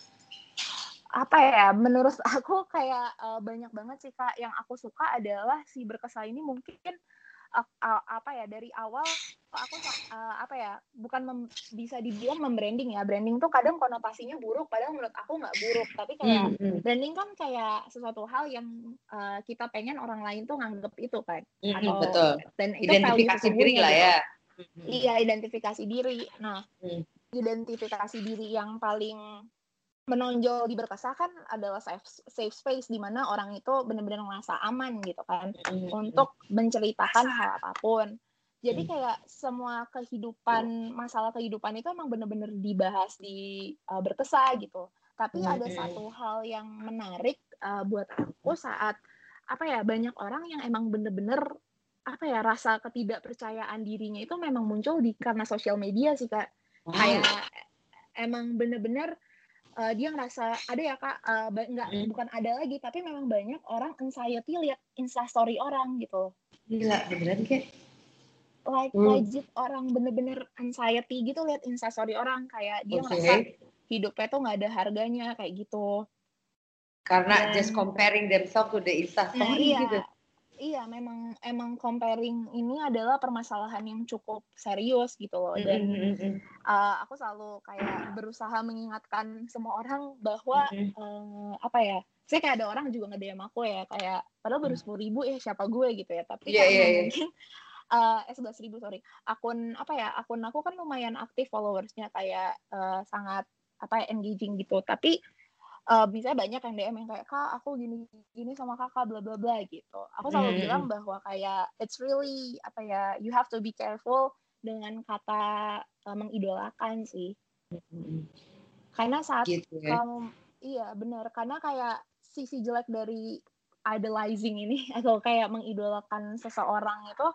Apa ya, menurut aku kayak uh, banyak banget sih Kak. Yang aku suka adalah si Berkesah ini mungkin uh, uh, apa ya, dari awal aku uh, apa ya, bukan mem- bisa dibilang membranding ya. Branding tuh kadang konotasinya buruk, padahal menurut aku nggak buruk. Tapi kayak mm-hmm. branding kan kayak sesuatu hal yang uh, kita pengen orang lain tuh nganggep itu kan. Mm-hmm, atau betul. Dan itu identifikasi diri lah gitu. ya. Mm-hmm. Iya, identifikasi diri. Nah, mm. identifikasi diri yang paling menonjol di Berkesah kan adalah safe, safe space di mana orang itu benar-benar merasa aman gitu kan mm-hmm. untuk menceritakan hal apapun. Jadi kayak semua kehidupan, masalah kehidupan itu emang benar-benar dibahas di uh, Berkesah gitu. Tapi mm-hmm. ada satu hal yang menarik uh, buat aku saat apa ya, banyak orang yang emang benar-benar apa ya, rasa ketidakpercayaan dirinya itu memang muncul di karena sosial media sih Kak. Wow. Kayak emang benar-benar Uh, dia ngerasa ada ya Kak, uh, nggak mm. bukan ada lagi, tapi memang banyak orang anxiety lihat instastory orang gitu. Gila, beneran kayak like mm. legit orang bener-bener anxiety gitu lihat instastory orang, kayak dia okay. ngerasa hidupnya tuh nggak ada harganya kayak gitu. Karena Dan, just comparing themselves to the instastory nah, iya, gitu. Iya, memang emang comparing ini adalah permasalahan yang cukup serius gitu loh. Dan mm-hmm. uh, aku selalu kayak berusaha mengingatkan semua orang bahwa mm-hmm. uh, apa ya, saya kayak ada orang juga nge-D M aku ya, kayak padahal baru sepuluh ribu ya siapa gue gitu ya, tapi yeah, karena yeah, mungkin uh, eh sebelas ribu sorry, akun apa ya, akun aku kan lumayan aktif followersnya, kayak uh, sangat apa ya, engaging gitu, tapi Uh, bisa banyak yang D M yang kayak, Kak aku gini gini sama kakak bla bla bla gitu. Aku selalu mm-hmm. bilang bahwa kayak it's really apa ya, you have to be careful dengan kata uh, mengidolakan sih. Mm-hmm. Karena saat gitu, ya? kamu iya benar, karena kayak sisi jelek dari idolizing ini atau kayak mengidolakan seseorang itu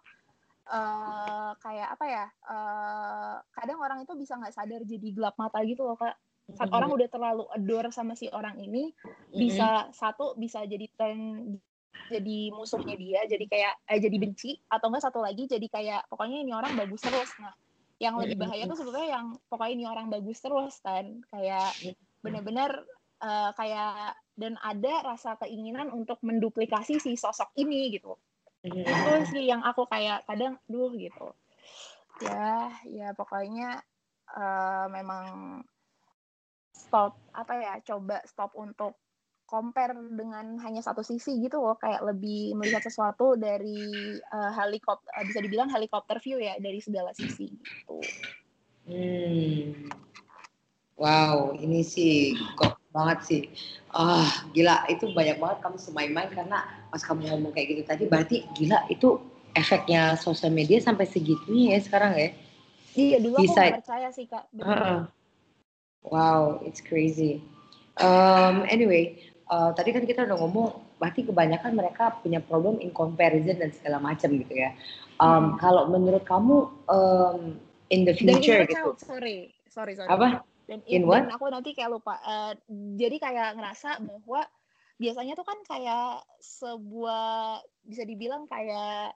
uh, kayak apa ya, uh, kadang orang itu bisa nggak sadar jadi gelap mata gitu loh Kak. Saat mm-hmm. orang udah terlalu adore sama si orang ini, mm-hmm. bisa satu bisa jadi turn jadi musuhnya dia, jadi kayak eh, jadi benci, atau enggak satu lagi jadi kayak pokoknya ini orang bagus terus. Nah, yang lebih bahaya tuh sebetulnya yang pokoknya ini orang bagus terus kan, kayak benar-benar uh, kayak dan ada rasa keinginan untuk menduplikasi si sosok ini gitu. Mm-hmm. Itu sih yang aku kayak kadang duh gitu. Ya, ya pokoknya uh, memang stop apa ya, coba stop untuk compare dengan hanya satu sisi gitu loh, kayak lebih melihat sesuatu dari uh, helikopter, uh, bisa dibilang helikopter view ya, dari segala sisi gitu. Hmm. Wow, ini sih kok banget sih. Ah, oh, gila, itu banyak banget kamu semain-main, karena pas kamu ngomong kayak gitu tadi, berarti gila itu efeknya sosial media sampai segitunya ya sekarang ya. Iya, dulu bisa. Aku gak percaya sih Kak. Uh-uh. Wow, it's crazy. Um, anyway, uh, tadi kan kita udah ngomong, berarti kebanyakan mereka punya problem in comparison dan segala macam gitu ya. Um, hmm. Kalau menurut kamu um, in the future dan gitu? Sorry, sorry, sorry. Apa? Dan in, in what? Dan aku nanti kayak lupa. Uh, jadi kayak ngerasa bahwa biasanya tuh kan kayak sebuah, bisa dibilang kayak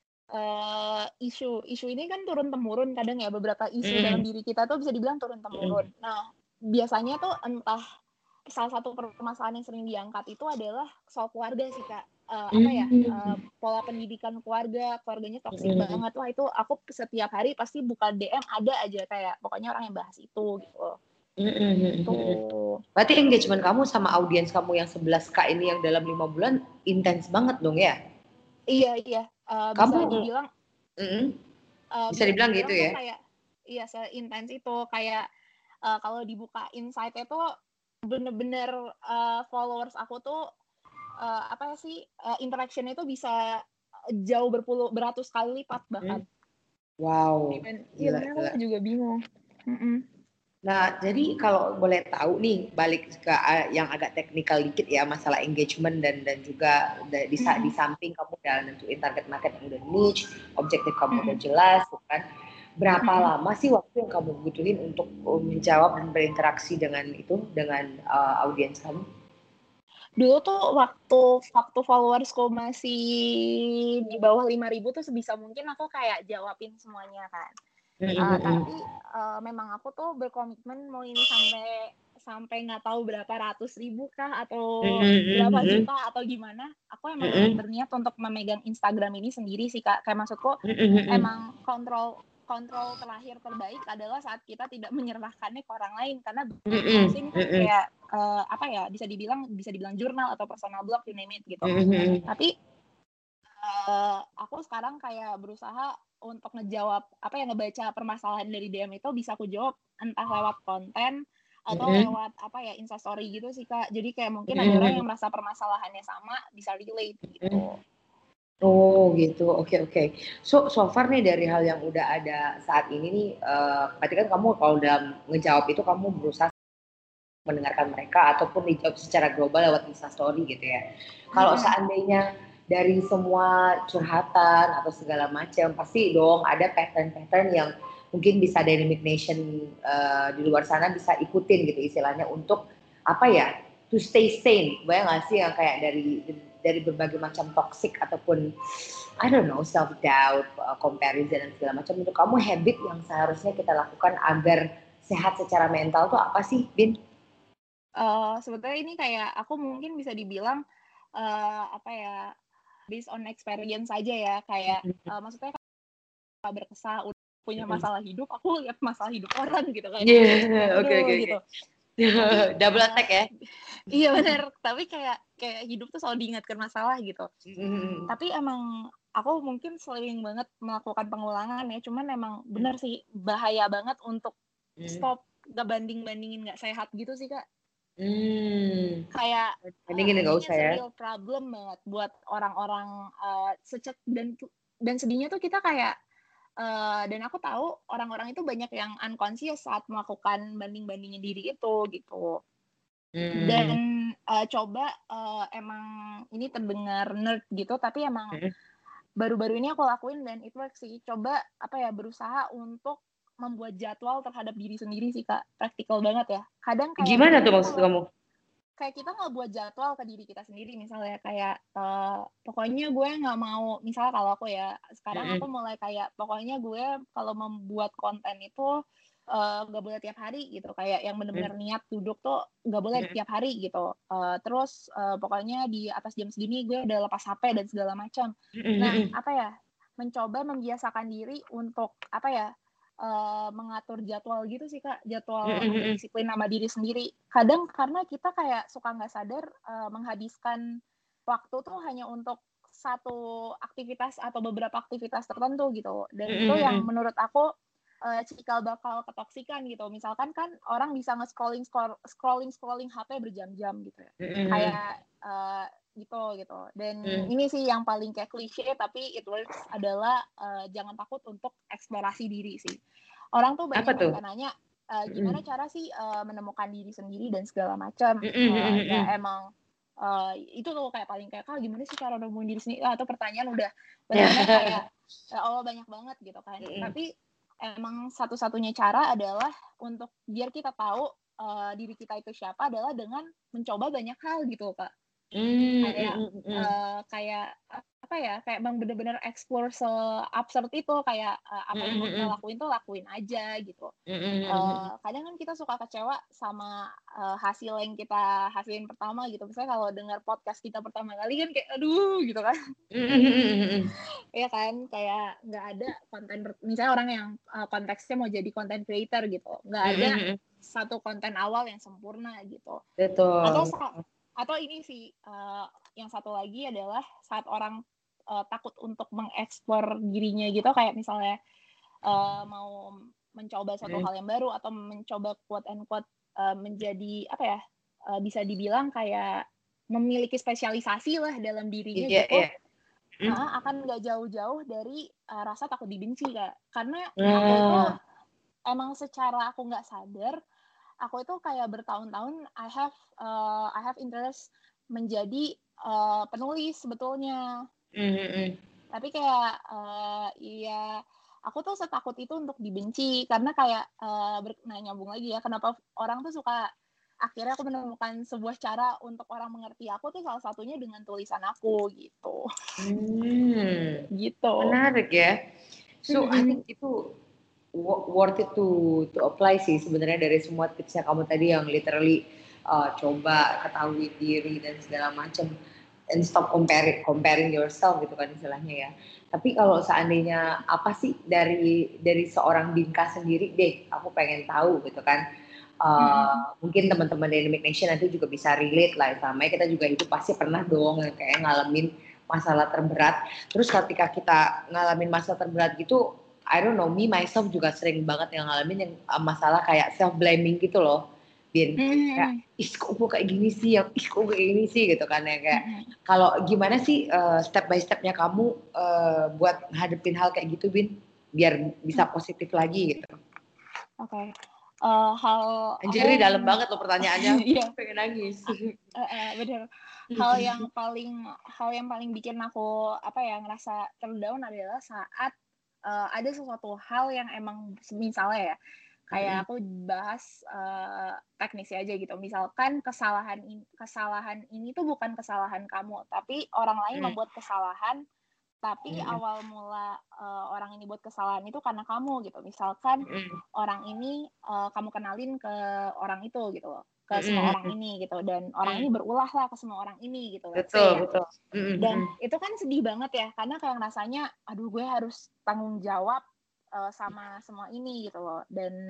Uh, isu isu ini kan turun temurun kadang ya, beberapa isu mm. dalam diri kita tuh bisa dibilang turun temurun. Mm. Nah biasanya tuh entah salah satu permasalahan yang sering diangkat itu adalah soal keluarga sih Kak. Uh, apa ya, uh, pola pendidikan keluarga, keluarganya toksik mm. banget. Wah itu aku setiap hari pasti buka D M ada aja kayak pokoknya orang yang bahas itu gitu. Mm-hmm. Tuh. Berarti engagement kamu sama audiens kamu yang sebelas K ini yang dalam lima bulan intens banget dong ya? Iya iya. Uh, kamu bisa dibilang mm, uh, bisa dibilang, dibilang gitu ya, kayak iya seintens itu, kayak uh, kalau dibuka insight-nya tuh bener-bener uh, followers aku tuh uh, apa ya sih uh, interaction itu bisa jauh berpuluh beratus kali lipat bahkan. Wow. Dan iya benar, aku juga bingung. Mm-mm. Nah, jadi kalau boleh tahu nih, balik ke uh, yang agak teknikal dikit ya, masalah engagement dan dan juga di, di, mm-hmm. di samping kamu udah nentuin target market yang udah niche, objektif kamu mm-hmm. udah jelas, kan? Berapa mm-hmm. lama sih waktu yang kamu butuhin untuk menjawab dan berinteraksi dengan itu, dengan uh, audiens kamu? Dulu tuh waktu waktu followersku masih di bawah lima ribu tuh sebisa mungkin aku kayak jawabin semuanya kan. Uh, tapi uh, memang aku tuh berkomitmen mau ini sampai sampai nggak tahu berapa ratus ribu kah atau berapa juta atau gimana. Aku emang berniat untuk memegang Instagram ini sendiri sih Kak. Kayak maksudku emang kontrol kontrol terakhir terbaik adalah saat kita tidak menyerahkannya ke orang lain, karena browsing kan kayak uh, apa ya, bisa dibilang bisa dibilang jurnal atau personal blog, you name it gitu. Tapi uh, aku sekarang kayak berusaha untuk ngejawab apa yang ngebaca permasalahan dari D M itu bisa aku jawab entah lewat konten atau lewat apa ya, instastory gitu sih Kak. Jadi kayak mungkin ada orang yang merasa permasalahannya sama bisa relate gitu. Oh gitu, oke okay, oke. Okay. So so far nih dari hal yang udah ada saat ini nih, uh, berarti kan kamu kalau dalam ngejawab itu kamu berusaha mendengarkan mereka ataupun dijawab secara global lewat Instastory gitu ya. Kalau mm-hmm. seandainya dari semua curhatan atau segala macam, pasti dong ada pattern-pattern yang mungkin bisa Dynamic Nation uh, di luar sana bisa ikutin gitu istilahnya untuk apa ya, to stay sane. Bayang nggak sih yang kayak dari dari berbagai macam toxic ataupun I don't know, self doubt, uh, comparison dan segala macam. Untuk kamu habit yang seharusnya kita lakukan agar sehat secara mental tuh apa sih, Bin? Uh, sebetulnya ini kayak aku mungkin bisa dibilang uh, apa ya, based on experience aja ya, kayak uh, maksudnya kalau berkesah punya masalah hidup, aku lihat masalah hidup orang gitu kan. Iya, oke oke gitu. Double attack ya. Iya benar, tapi kayak kayak hidup tuh selalu diingatkan masalah gitu. Mm. Tapi emang aku mungkin sering banget melakukan pengulangan ya, cuman emang benar sih bahaya banget untuk mm. stop gak banding-bandingin gak sehat gitu sih Kak. Hmm. Kayak bandingin uh, nggak usah ya. Real problem banget buat orang-orang uh, secet dan dan sedihnya tuh kita kayak Uh, dan aku tahu orang-orang itu banyak yang unconscious saat melakukan banding-bandingin diri itu gitu. Hmm. Dan uh, coba uh, emang ini terdengar nerd gitu, tapi emang hmm. baru-baru ini aku lakuin dan it works sih. Coba apa ya, berusaha untuk membuat jadwal terhadap diri sendiri sih Kak. Praktikal banget ya. Kadang kayak gimana tuh maksud kamu? Kayak kita nggak buat jadwal ke diri kita sendiri, misalnya kayak uh, pokoknya gue nggak mau, misalnya kalau aku ya sekarang mm-hmm. aku mulai kayak pokoknya gue kalau membuat konten itu nggak uh, boleh tiap hari gitu, kayak yang benar-benar mm-hmm. niat duduk tuh nggak boleh mm-hmm. tiap hari gitu. Uh, terus uh, pokoknya di atas jam segini gue udah lepas H P dan segala macam. Mm-hmm. Nah apa ya, mencoba membiasakan diri untuk apa ya, Uh, mengatur jadwal gitu sih Kak, jadwal mm-hmm. disiplin sama diri sendiri. Kadang karena kita kayak suka nggak sadar uh, menghabiskan waktu tuh hanya untuk satu aktivitas atau beberapa aktivitas tertentu gitu. Dan mm-hmm. itu yang menurut aku uh, cikal bakal ketoksikan gitu. Misalkan kan orang bisa nge-scrolling scrolling scrolling H P berjam-jam gitu ya. Mm-hmm. Kayak uh, gitu gitu. Dan hmm. ini sih yang paling kayak klise tapi it works adalah uh, jangan takut untuk eksplorasi diri sih. Orang tuh banyak yang nanya uh, gimana hmm. cara sih uh, menemukan diri sendiri dan segala macam. Hmm. Uh, ya emang uh, itu tuh kayak paling kayak Kak, gimana sih cara nemuin diri sendiri? Atau pertanyaan udah benar-benar kayak ya Allah banyak banget gitu kan. Hmm. Tapi emang satu-satunya cara adalah untuk biar kita tahu uh, diri kita itu siapa adalah dengan mencoba banyak hal gitu Kak. Mm, kayak mm, mm. Uh, kayak apa ya, kayak bang bener-bener explore se-absurd itu, kayak uh, apa yang mau kita lakuin tuh lakuin aja gitu. Mm, uh, kadang kan kita suka kecewa sama uh, hasil yang kita hasilin pertama gitu. Misalnya kalau dengar podcast kita pertama kali kan kayak aduh gitu kan. Ya kan, kayak nggak ada konten, misalnya orang yang uh, konteksnya mau jadi content creator gitu, nggak ada satu konten awal yang sempurna gitu. Betul. Atau Atau ini sih, uh, yang satu lagi adalah saat orang uh, takut untuk mengeksplor dirinya gitu, kayak misalnya uh, mau mencoba satu mm. hal yang baru atau mencoba quote and quote uh, menjadi apa ya, uh, bisa dibilang kayak memiliki spesialisasi lah dalam dirinya yeah, gitu, yeah. Mm. Nah, akan nggak jauh-jauh dari uh, rasa takut dibenci Kak. Karena mm. aku itu emang secara aku nggak sadar, aku itu kayak bertahun-tahun I have uh, I have interest menjadi uh, penulis sebetulnya. Mm-hmm. Tapi kayak uh, ya aku tuh setakut itu untuk dibenci, karena kayak uh, ber- nah nyambung lagi ya, kenapa orang tuh suka akhirnya aku menemukan sebuah cara untuk orang mengerti aku tuh salah satunya dengan tulisan aku gitu. Hmm, gitu. Menarik ya. So I think itu worth it to to apply sih sebenarnya dari semua tipsnya kamu tadi yang literally uh, coba ketahui diri dan segala macam and stop comparing comparing yourself gitu kan istilahnya ya. Tapi kalau seandainya apa sih dari dari seorang Dinka sendiri deh, aku pengen tahu gitu kan. Uh, mm-hmm. Mungkin teman-teman Dynamic Nation nanti juga bisa relate lah, sama kita juga itu pasti pernah dong kayak ngalamin masalah terberat. Terus ketika kita ngalamin masalah terberat gitu, I don't know, me myself juga sering banget yang ngalamin yang masalah kayak self blaming gitu loh, Bin. Mm-hmm. Kayak, ih kok gue kayak gini sih, ya, ih kok kayak gini sih gitu kan ya kayak. Mm-hmm. Kalau gimana sih uh, step by stepnya kamu uh, buat hadepin hal kayak gitu, Bin, biar bisa positif lagi gitu. Oke. Okay. Uh, hal Anjir, dalam banget loh pertanyaannya. Iya. Pengen nangis. Uh, uh, bener. Hal yang paling hal yang paling bikin aku apa ya ngerasa terdown adalah saat uh, ada sesuatu hal yang emang misalnya ya kayak aku bahas uh, teknis aja gitu. Misalkan kesalahan ini, kesalahan ini tuh bukan kesalahan kamu, tapi orang lain membuat kesalahan. Tapi mm. awal mula uh, orang ini buat kesalahan itu karena kamu gitu. Misalkan mm. orang ini uh, kamu kenalin ke orang itu gitu loh, ke mm. semua orang ini gitu, dan orang mm. ini berulah lah ke semua orang ini gitu. Betul, ya. betul. Mm. Dan itu kan sedih banget ya, karena kayak rasanya, aduh gue harus tanggung jawab uh, sama semua ini gitu loh. Dan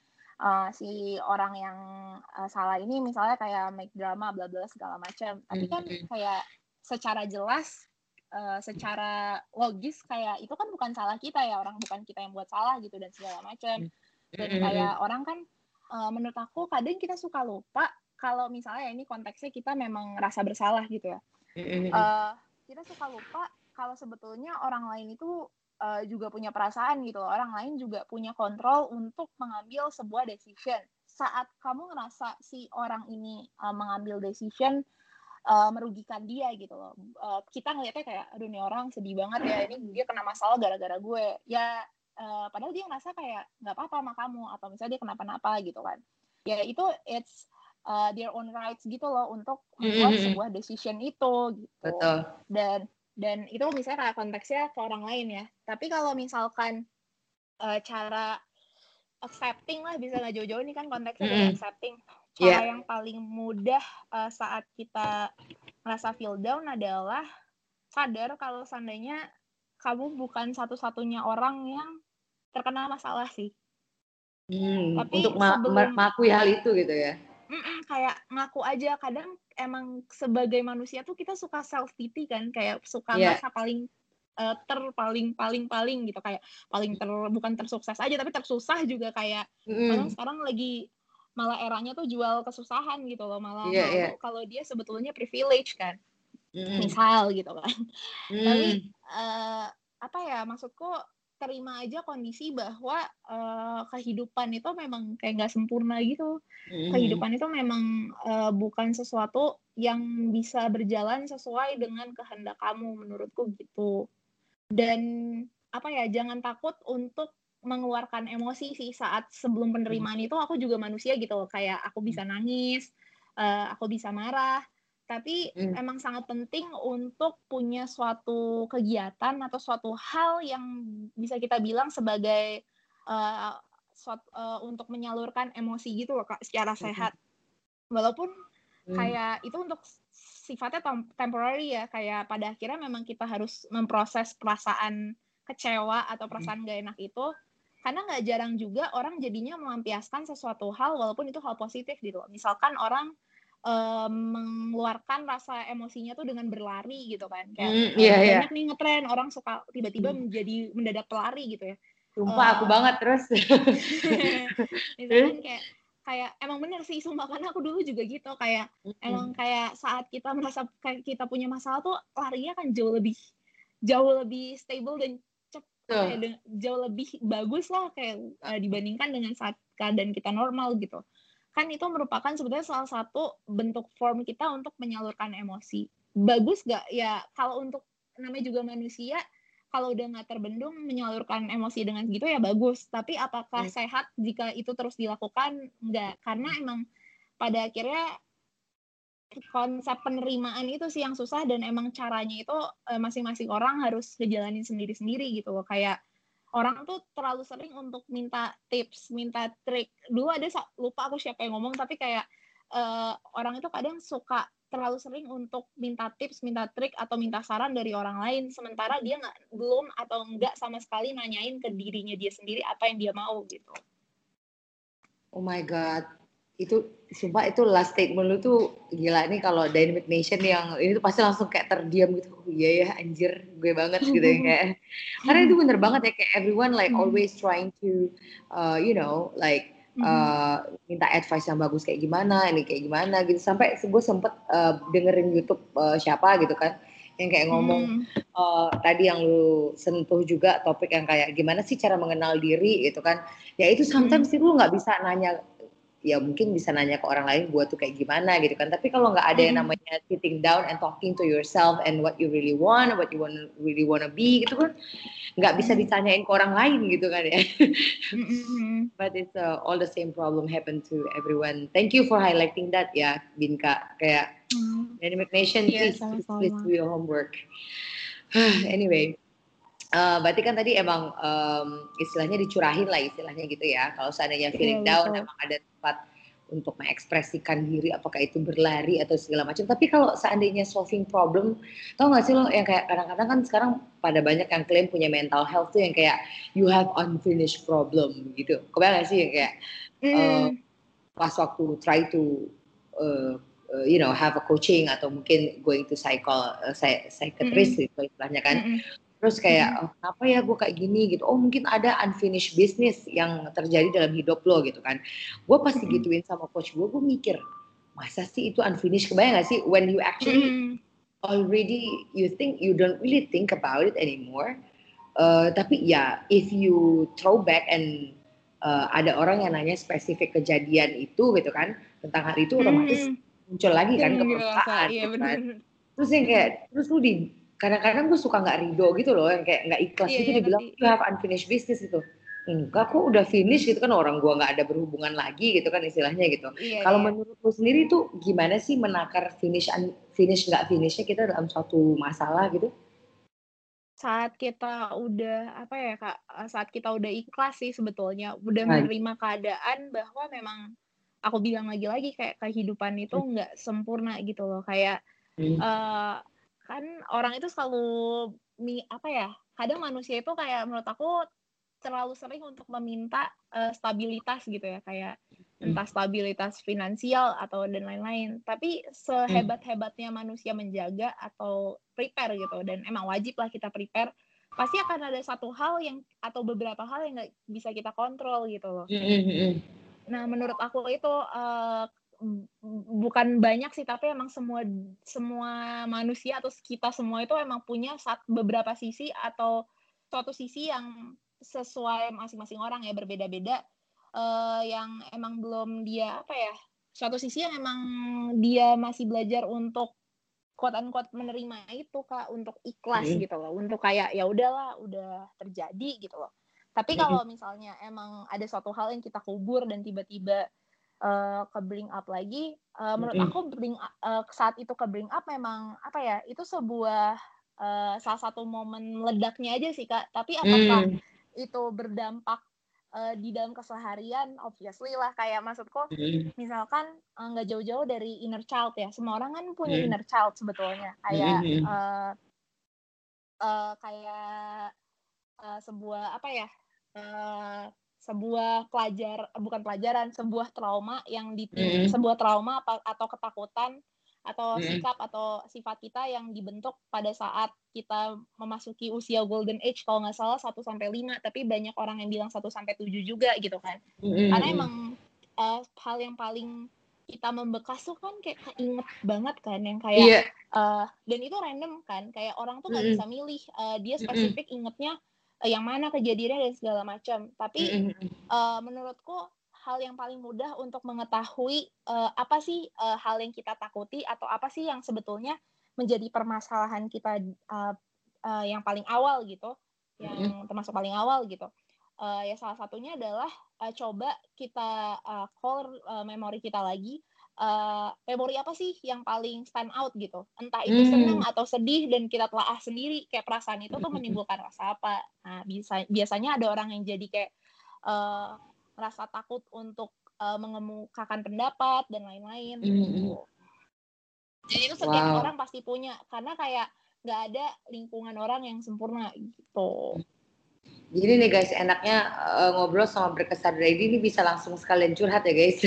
uh, si orang yang uh, salah ini misalnya kayak make drama, bla bla segala macam. Tapi kan kayak secara jelas, Uh, secara logis kayak itu kan bukan salah kita ya, orang bukan kita yang buat salah gitu dan segala macam. Dan kayak orang kan uh, menurut aku kadang kita suka lupa kalau misalnya ini konteksnya kita memang rasa bersalah gitu ya. Uh, kita suka lupa kalau sebetulnya orang lain itu uh, juga punya perasaan gitu. Orang lain juga punya kontrol untuk mengambil sebuah decision. Saat kamu ngerasa si orang ini uh, mengambil decision Uh, merugikan dia gitu loh. Uh, kita ngeliatnya kayak, aduh nih orang sedih banget ya, ini dia kena masalah gara-gara gue. Ya, uh, padahal dia ngerasa kayak nggak apa-apa sama kamu, atau misalnya dia kenapa-napa gitu kan. Ya itu it's uh, their own rights gitu loh untuk membuat mm-hmm. sebuah decision itu gitu. Betul. Dan dan itu misalnya kayak konteksnya ke orang lain ya. Tapi kalau misalkan uh, cara accepting lah, bisa nggak jauh-jauh nih kan konteksnya mm-hmm. dari accepting. Cara yeah. yang paling mudah uh, saat kita merasa feel down adalah sadar kalau seandainya kamu bukan satu-satunya orang yang terkena masalah sih. Hmm, Tapi untuk ma- sebelum mengakui hal itu gitu ya? Kayak ngaku aja. Kadang emang sebagai manusia tuh kita suka self pity kan, kayak suka yeah. merasa paling uh, ter paling paling paling gitu, kayak paling ter bukan tersukses aja tapi tersusah juga kayak. Mm. Kadang sekarang lagi malah eranya tuh jual kesusahan gitu loh, malah yeah, malu yeah. kalau dia sebetulnya privilege kan, mm. misal gitu kan. Mm. Tapi uh, apa ya, maksudku terima aja kondisi bahwa uh, kehidupan itu memang kayak nggak sempurna gitu. Mm. Kehidupan itu memang uh, bukan sesuatu yang bisa berjalan sesuai dengan kehendak kamu, menurutku gitu. Dan apa ya, jangan takut untuk mengeluarkan emosi sih saat sebelum penerimaan itu. Aku juga manusia gitu loh, kayak aku bisa nangis, uh, aku bisa marah, tapi mm. emang sangat penting untuk punya suatu kegiatan atau suatu hal yang bisa kita bilang sebagai uh, suatu, uh, untuk menyalurkan emosi gitu loh Kak, secara sehat. Walaupun mm. kayak itu untuk sifatnya tem- temporary ya, kayak pada akhirnya memang kita harus memproses perasaan kecewa atau perasaan gak enak itu, karena nggak jarang juga orang jadinya melampiaskan sesuatu hal walaupun itu hal positif gitu. Misalkan orang um, mengeluarkan rasa emosinya tuh dengan berlari gitu kan, kayak mm, yeah, uh, banyak yeah. nih ngetren orang suka tiba-tiba mm. menjadi mendadak pelari gitu ya. Sumpah uh, aku banget terus. Misalkan kayak kayak emang bener sih, sumpah, karena aku dulu juga gitu, kayak mm. emang kayak saat kita merasa kayak kita punya masalah tuh larinya kan jauh lebih jauh lebih stable dan cepat ya, jauh lebih bagus lah kayak uh, dibandingkan dengan saat keadaan kita normal gitu. Kan itu merupakan sebetulnya salah satu bentuk form kita untuk menyalurkan emosi. Bagus gak? Ya kalau untuk namanya juga manusia, kalau udah gak terbendung menyalurkan emosi dengan gitu ya bagus. Tapi apakah hmm. sehat jika itu terus dilakukan? Enggak. Karena emang pada akhirnya konsep penerimaan itu sih yang susah, dan emang caranya itu uh, masing-masing orang harus ngejalanin sendiri-sendiri gitu loh. Kayak orang tuh terlalu sering untuk minta tips, minta trik. Dulu ada, lupa aku siapa yang ngomong, tapi kayak uh, orang itu kadang suka terlalu sering untuk minta tips, minta trik, atau minta saran dari orang lain, sementara dia nggak belum atau nggak sama sekali nanyain ke dirinya dia sendiri apa yang dia mau gitu. Oh my god, itu sumpah itu last statement lu tuh gila nih. Kalau Dynamic Nation yang ini tuh pasti langsung kayak terdiam gitu. Oh iya ya, anjir gue banget gitu ya kayak. Karena itu bener banget ya, kayak everyone like always trying to uh, you know like uh, minta advice yang bagus kayak gimana, ini kayak gimana gitu. Sampai gue sempet uh, dengerin YouTube uh, siapa gitu kan yang kayak ngomong uh, tadi yang lu sentuh juga topik yang kayak gimana sih cara mengenal diri gitu kan. Ya itu sometimes itu lu nggak bisa nanya, ya mungkin bisa nanya ke orang lain buat tuh kayak gimana gitu kan. Tapi kalau nggak ada yang namanya sitting down and talking to yourself and what you really want, what you want really wanna be gitu kan, nggak bisa ditanyain ke orang lain gitu kan ya. But it's uh, all the same problem happen to everyone. Thank you for highlighting that ya, Binka. Kayak Dynamic Nation, yeah, please, please, please do your homework. Anyway. Uh, berarti kan tadi emang um, istilahnya dicurahin lah istilahnya gitu ya. Kalau seandainya feeling yeah, down betul. Emang ada tempat untuk mengekspresikan diri, apakah itu berlari atau segala macam. Tapi kalau seandainya solving problem, tau gak sih lo yang kayak kadang-kadang kan sekarang pada banyak yang klaim punya mental health tuh yang kayak you have unfinished problem gitu. Kebayang gak sih yang kayak mm. uh, pas waktu try to uh, uh, you know have a coaching atau mungkin going to psycho, uh, psychiatrist mm. gitu istilahnya kan. Mm. Terus kayak, oh, kenapa ya gue kayak gini gitu. Oh mungkin ada unfinished business yang terjadi dalam hidup lo gitu kan. Gue pasti mm-hmm. gituin sama coach gue, gue mikir, masa sih itu unfinished? Kebayang gak sih when you actually mm-hmm. already, you think, you don't really think about it anymore. Uh, tapi ya, if you throw back and uh, ada orang yang nanya spesifik kejadian itu gitu kan, tentang hal itu otomatis mm-hmm. muncul lagi kan ke permukaan iya, gitu kan. Terus yang kayak, terus lu di kadang-kadang gue suka nggak ridho gitu loh, yang kayak nggak ikhlas yeah, gitu yeah, dibilang you have unfinished business gitu. Enggak kok, udah finish gitu kan, orang gue nggak ada berhubungan lagi gitu kan istilahnya gitu. Yeah, Kalau yeah. menurut lu sendiri tuh gimana sih menakar finish finish nggak finishnya kita dalam suatu masalah gitu? Saat kita udah apa ya kak, saat kita udah ikhlas sih sebetulnya, udah menerima keadaan bahwa memang aku bilang lagi-lagi kayak kehidupan itu nggak sempurna gitu loh, kayak hmm. uh, kan orang itu selalu apa ya, kadang manusia itu kayak menurut aku terlalu sering untuk meminta uh, stabilitas gitu ya, kayak entah stabilitas finansial atau dan lain-lain. Tapi sehebat-hebatnya manusia menjaga atau prepare gitu, dan emang wajib lah kita prepare, pasti akan ada satu hal yang atau beberapa hal yang nggak bisa kita kontrol gitu loh. Nah menurut aku itu uh, bukan banyak sih, tapi emang semua semua manusia atau kita semua itu emang punya saat beberapa sisi atau suatu sisi yang sesuai masing-masing orang ya, berbeda-beda, uh, yang emang belum dia apa ya, suatu sisi yang emang dia masih belajar untuk quote unquote menerima itu kak, untuk ikhlas mm-hmm. gitu loh, untuk kayak ya udahlah udah terjadi gitu loh. Tapi kalau misalnya emang ada suatu hal yang kita kubur dan tiba-tiba Uh, ke bring up lagi, uh, menurut mm-hmm. aku bring uh, saat itu ke bring up memang apa ya, itu sebuah uh, salah satu momen meledaknya aja sih kak. Tapi apakah mm. itu berdampak uh, di dalam keseharian? Obviously lah, kayak maksudku mm. misalkan nggak uh, jauh-jauh dari inner child ya, semua orang kan punya mm. inner child sebetulnya, kayak mm-hmm. uh, uh, kayak uh, sebuah apa ya, uh, sebuah pelajar bukan pelajaran sebuah trauma yang di mm. sebuah trauma atau ketakutan atau mm. sikap atau sifat kita yang dibentuk pada saat kita memasuki usia golden age, kalau nggak salah satu sampai lima, tapi banyak orang yang bilang satu sampai tujuh juga gitu kan. Mm. Karena emang uh, hal yang paling kita membekas tuh kan kayak keinget banget kan, yang kayak yeah. uh, dan itu random kan, kayak orang tuh nggak mm. bisa milih, uh, dia spesifik mm. ingetnya yang mana kejadiannya dan segala macam. Tapi mm-hmm. uh, menurutku hal yang paling mudah untuk mengetahui uh, apa sih uh, hal yang kita takuti atau apa sih yang sebetulnya menjadi permasalahan kita uh, uh, yang paling awal gitu, yang mm-hmm. termasuk paling awal gitu. Uh, ya salah satunya adalah uh, coba kita uh, call uh, memori kita lagi, uh, memori apa sih yang paling stand out gitu, entah itu hmm. senang atau sedih, dan kita telaah sendiri kayak perasaan itu tuh menimbulkan rasa apa. Nah bisa biasanya ada orang yang jadi kayak uh, rasa takut untuk uh, mengemukakan pendapat dan lain-lain hmm. gitu. Jadi itu setiap wow. orang pasti punya, karena kayak nggak ada lingkungan orang yang sempurna gitu. Jadi nih guys, enaknya uh, ngobrol sama berkesan ready ini bisa langsung sekalian curhat ya guys.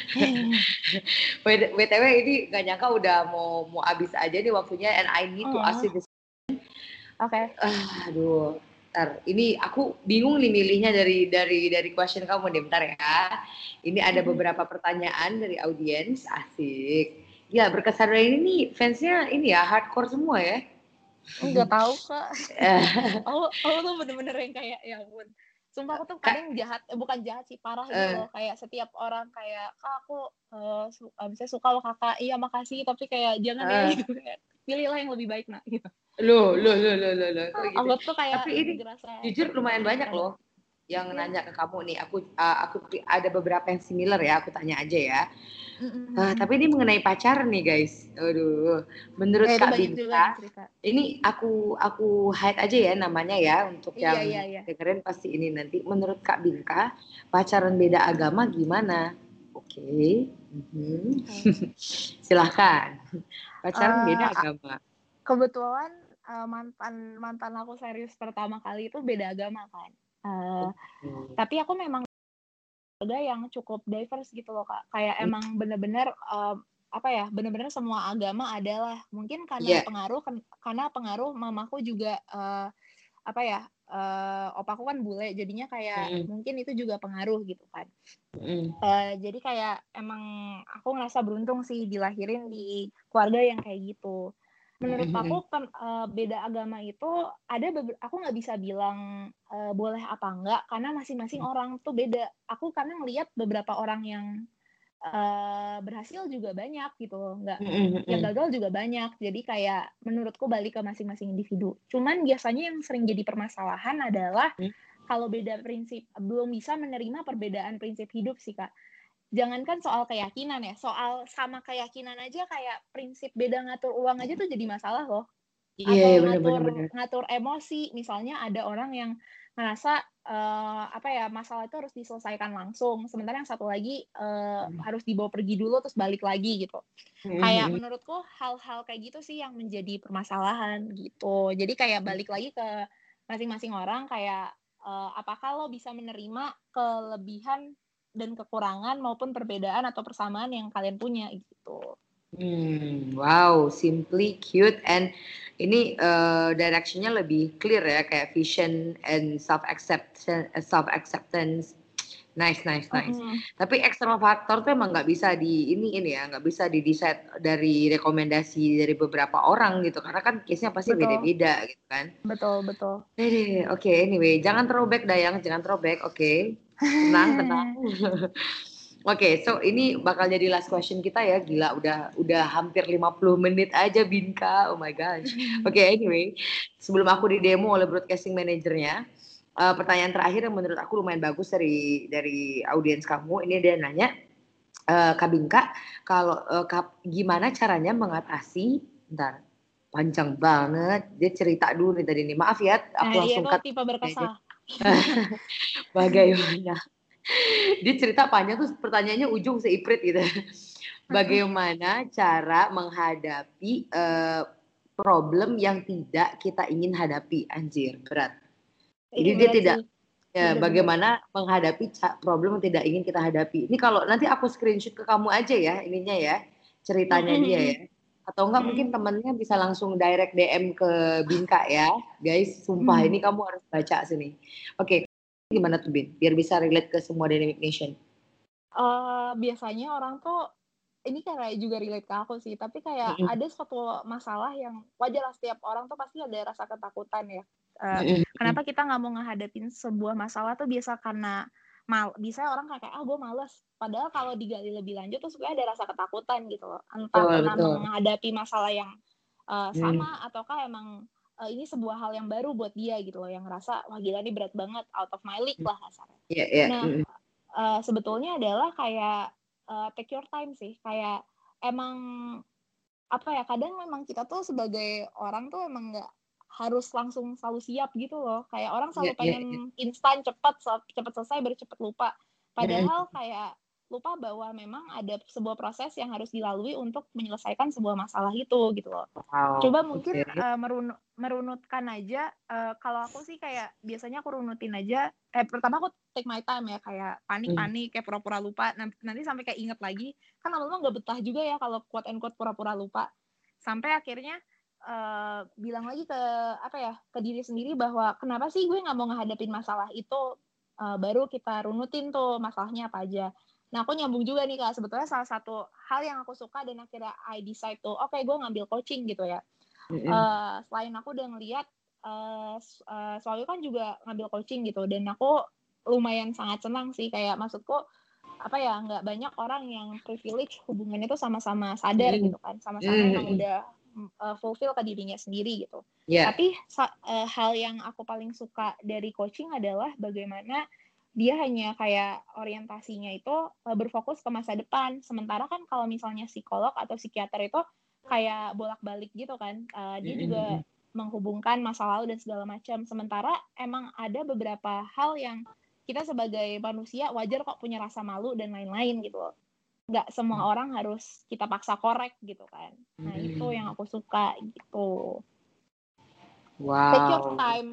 B T W ini gak nyangka udah mau mau abis aja nih waktunya, and I need to ask you this. Oke. Okay. Uh, aduh, ntar ini aku bingung nih milihnya dari dari dari question kamu nih, bentar ya. Ini ada beberapa pertanyaan dari audiens, asik. Ya berkesan ready ini fansnya ini ya hardcore semua ya. Enggak tahu kak. aku aku tuh bener-bener yang kayak ya ampun. Sumpah aku tuh kadang jahat, eh, bukan jahat sih, parah gitu loh. Kayak setiap orang kayak, kak aku uh, su- misalnya suka lo kakak, iya makasih, tapi kayak jangan uh. ya gitu. Pilihlah yang lebih baik nak gitu. Loh, loh, loh, loh, loh, loh. Gitu. Aku tuh kayak tapi ini gerasa, jujur lumayan banyak loh yang yeah. nanya ke kamu nih. Aku uh, aku ada beberapa yang similar ya, aku tanya aja ya. Mm-hmm. Uh, tapi ini mengenai pacaran nih guys. Aduh, menurut eh, Kak Binka, ini aku aku hide aja ya namanya ya untuk iya, yang iya, iya. dengerin pasti ini nanti. Menurut Kak Binka, pacaran beda agama gimana? Oke, okay. mm-hmm. okay. Silahkan. Pacaran uh, beda agama. Kebetulan uh, mantan mantan aku serius pertama kali itu beda agama kan. Uh, mm-hmm. Tapi aku memang yang cukup diverse gitu loh kak, kayak hmm. emang bener-bener uh, apa ya, bener-bener semua agama adalah, mungkin karena yeah. pengaruh kan, karena pengaruh mamaku juga uh, apa ya, uh, opaku kan bule, jadinya kayak mm. mungkin itu juga pengaruh gitu kan. Mm. Uh, jadi kayak emang aku ngerasa beruntung sih dilahirin di keluarga yang kayak gitu. Menurut aku kan uh, beda agama itu ada beber- aku nggak bisa bilang uh, boleh apa enggak, karena masing-masing orang tuh beda. Aku karena ngelihat beberapa orang yang uh, berhasil juga banyak gitu, nggak yang gagal juga banyak. Jadi kayak menurutku balik ke masing-masing individu. Cuman biasanya yang sering jadi permasalahan adalah kalau beda prinsip, belum bisa menerima perbedaan prinsip hidup sih kak. Jangankan soal keyakinan ya, soal sama keyakinan aja kayak prinsip beda ngatur uang aja tuh jadi masalah loh. Iya, atau yeah, ngatur bener-bener. ngatur emosi, misalnya ada orang yang ngerasa uh, apa ya, masalah itu harus diselesaikan langsung, sementara yang satu lagi uh, hmm. harus dibawa pergi dulu terus balik lagi gitu. Hmm. Kayak menurutku hal-hal kayak gitu sih yang menjadi permasalahan gitu. Jadi kayak balik lagi ke masing-masing orang, kayak uh, apakah lo bisa menerima kelebihan dan kekurangan maupun perbedaan atau persamaan yang kalian punya gitu. Hmm, wow, simply cute, and ini uh, directionnya lebih clear ya, kayak vision and self acceptance, self acceptance. Nice, nice, nice. Uh-huh. Tapi external factor tuh emang nggak bisa di ini ini ya, nggak bisa di decide dari rekomendasi dari beberapa orang gitu, karena kan case-nya pasti betul. Beda-beda gitu kan. Betul, betul. Eh, oke, okay, anyway, jangan throwback Dayang, jangan throwback, oke. Okay. Tenang, tenang. Oke, okay, so ini bakal jadi last question kita ya. Gila, udah udah hampir lima puluh menit aja Binka. Oh my gosh. Oke, okay, anyway, sebelum aku di demo oleh broadcasting manajernya, uh, pertanyaan terakhir yang menurut aku lumayan bagus dari dari audiens kamu. Ini dia nanya, uh, Kak Binka, kalau uh, Kak, gimana caranya mengatasi, bentar, panjang banget. Dia cerita dulu nih tadi nih. Maaf ya, aku nah, langsung iya, cut. Tipe berkesah. Bagaimana? Dia cerita panjang tuh pertanyaannya ujung seiprit gitu. Bagaimana cara menghadapi uh, problem yang tidak kita ingin hadapi? Anjir, berat. Jadi dia berat tidak sih. Ya, bener, bagaimana bener. menghadapi problem yang tidak ingin kita hadapi. Ini kalau nanti aku screenshot ke kamu aja ya ininya ya, ceritanya dia ya. Atau enggak mungkin temennya bisa langsung direct D M ke Binka ya. Guys, sumpah ini kamu harus baca sini. Oke. Okay. Gimana tuh Bin? Biar bisa relate ke semua Dynamic Nation. Uh, biasanya orang tuh, ini kayak juga relate ke aku sih, tapi kayak mm-hmm. ada suatu masalah yang wajar lah, setiap orang tuh pasti ada rasa ketakutan ya. Uh, mm-hmm. Kenapa kita nggak mau ngehadapin sebuah masalah tuh biasa karena mal, bisa orang kayak, ah gue males. Padahal kalau digali lebih lanjut tuh sebenarnya ada rasa ketakutan gitu loh. Entah betul, pernah betul. menghadapi masalah yang uh, sama mm. ataukah emang Uh, ini sebuah hal yang baru buat dia gitu loh, yang ngerasa wah gila ini berat banget, out of my league lah kasarnya. Yeah, yeah. Nah mm. uh, sebetulnya adalah kayak uh, take your time sih. Kayak emang apa ya, kadang memang kita tuh sebagai orang tuh emang nggak harus langsung selalu siap gitu loh. Kayak orang selalu Yeah, yeah, pengen yeah. instan, cepat, cepat selesai, baru cepat lupa. Padahal kayak lupa bahwa memang ada sebuah proses yang harus dilalui untuk menyelesaikan sebuah masalah itu gitu loh. Wow. Coba mungkin Okay. uh, merun- merunutkan aja. Uh, kalau aku sih kayak biasanya aku runutin aja. Eh pertama aku take my time ya, kayak panik-panik, kayak pura-pura lupa. Nanti, nanti sampai kayak inget lagi. Kan lama-lama nggak betah juga ya kalau quote and quote pura-pura lupa. Sampai akhirnya uh, bilang lagi ke apa ya, ke diri sendiri bahwa kenapa sih gue nggak mau ngehadapin masalah itu. Uh, baru kita runutin tuh masalahnya apa aja. Nah, aku nyambung juga nih Kak, sebetulnya salah satu hal yang aku suka dan akhirnya I decide tuh, oke okay, gue ngambil coaching gitu ya. Mm-hmm. Uh, selain aku udah ngeliat, uh, uh, soalnya kan juga ngambil coaching gitu, dan aku lumayan sangat senang sih, kayak maksudku, apa ya, nggak banyak orang yang privilege hubungannya tuh sama-sama sadar mm-hmm. gitu kan, sama-sama mm-hmm. emang udah uh, fulfill ke dirinya sendiri gitu. Yeah. Tapi uh, hal yang aku paling suka dari coaching adalah bagaimana dia hanya kayak orientasinya itu uh, berfokus ke masa depan. Sementara kan kalau misalnya psikolog atau psikiater itu kayak bolak-balik gitu kan. Uh, dia mm-hmm. juga menghubungkan masa lalu dan segala macam. Sementara emang ada beberapa hal yang kita sebagai manusia wajar kok punya rasa malu dan lain-lain gitu loh. Nggak semua mm-hmm. orang harus kita paksa korek gitu kan. Nah mm-hmm. itu yang aku suka gitu. Wow. Take your time.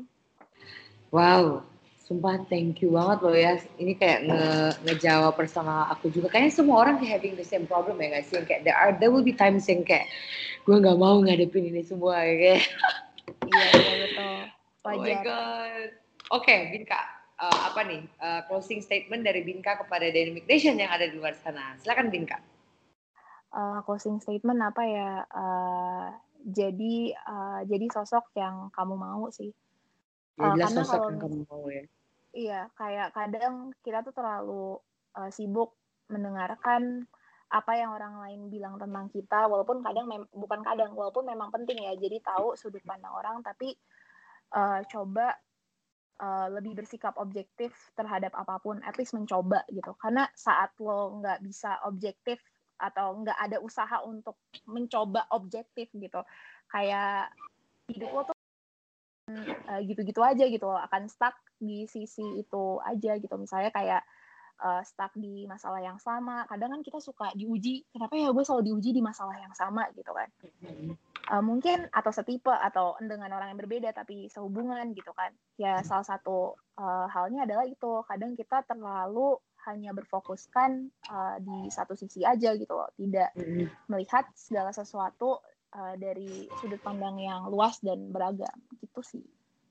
Wow. Sumpah thank you banget loh ya. Ini kayak nge ngejawab personal aku juga. Kayaknya semua orang kayak having the same problem ya gak sih? Kayak there are there will be times yang kayak gue nggak mau ngadepin ini semua ya kayak. Iya iya betul. Wajar. Oh my god. Oke okay, Binka, uh, apa nih uh, closing statement dari Binka kepada Dynamic Nation yang ada di luar sana. Silakan Binka. Uh, closing statement apa ya? Uh, jadi uh, jadi sosok yang kamu mau sih. Uh, karena sosok kalau yang kamu mau ya. Iya, kayak kadang kita tuh terlalu uh, sibuk mendengarkan apa yang orang lain bilang tentang kita, walaupun kadang mem- bukan kadang, walaupun memang penting ya, jadi tahu sudut pandang orang, tapi uh, coba uh, lebih bersikap objektif terhadap apapun, at least mencoba gitu. Karena saat lo nggak bisa objektif atau nggak ada usaha untuk mencoba objektif gitu, kayak hidup lo tuh uh, gitu-gitu aja gitu loh, akan stuck di sisi itu aja gitu. Misalnya kayak uh, stuck di masalah yang sama. Kadang kan kita suka diuji, kenapa ya gue selalu diuji di masalah yang sama gitu kan. Uh, mungkin atau setipe atau dengan orang yang berbeda tapi sehubungan gitu kan. Ya salah satu uh, halnya adalah itu. Kadang kita terlalu hanya berfokuskan uh, di satu sisi aja gitu loh. Tidak melihat segala sesuatu uh, dari sudut pandang yang luas dan beragam gitu sih.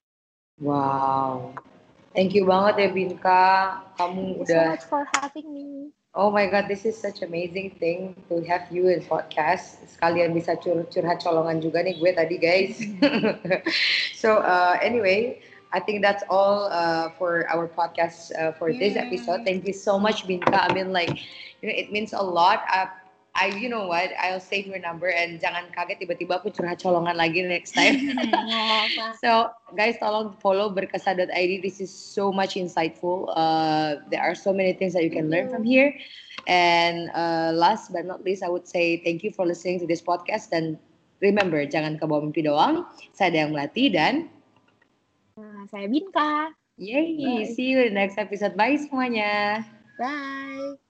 Wow. Thank you banget ya Binka. Kamu Thank you udah so much for having me. Oh my god, this is such amazing thing to have you in podcast. Sekalian bisa cur- curhat colongan juga nih gue tadi guys. So uh, anyway, I think that's all uh, for our podcast uh, for yeah. this episode. Thank you so much Binka. I mean like, you know, it means a lot. Uh, I, you know what, I'll save your number and jangan kaget tiba-tiba aku curhat colongan lagi next time. So guys, tolong follow berkesa dot I D. This is so much insightful. Uh, there are so many things that you can learn from here. And uh, last but not least, I would say thank you for listening to this podcast. Dan remember, jangan kebawa mimpi doang. Saya Dayang Melati dan nah, saya Binka. Yay, bye. See you in the next episode. Bye semuanya. Bye.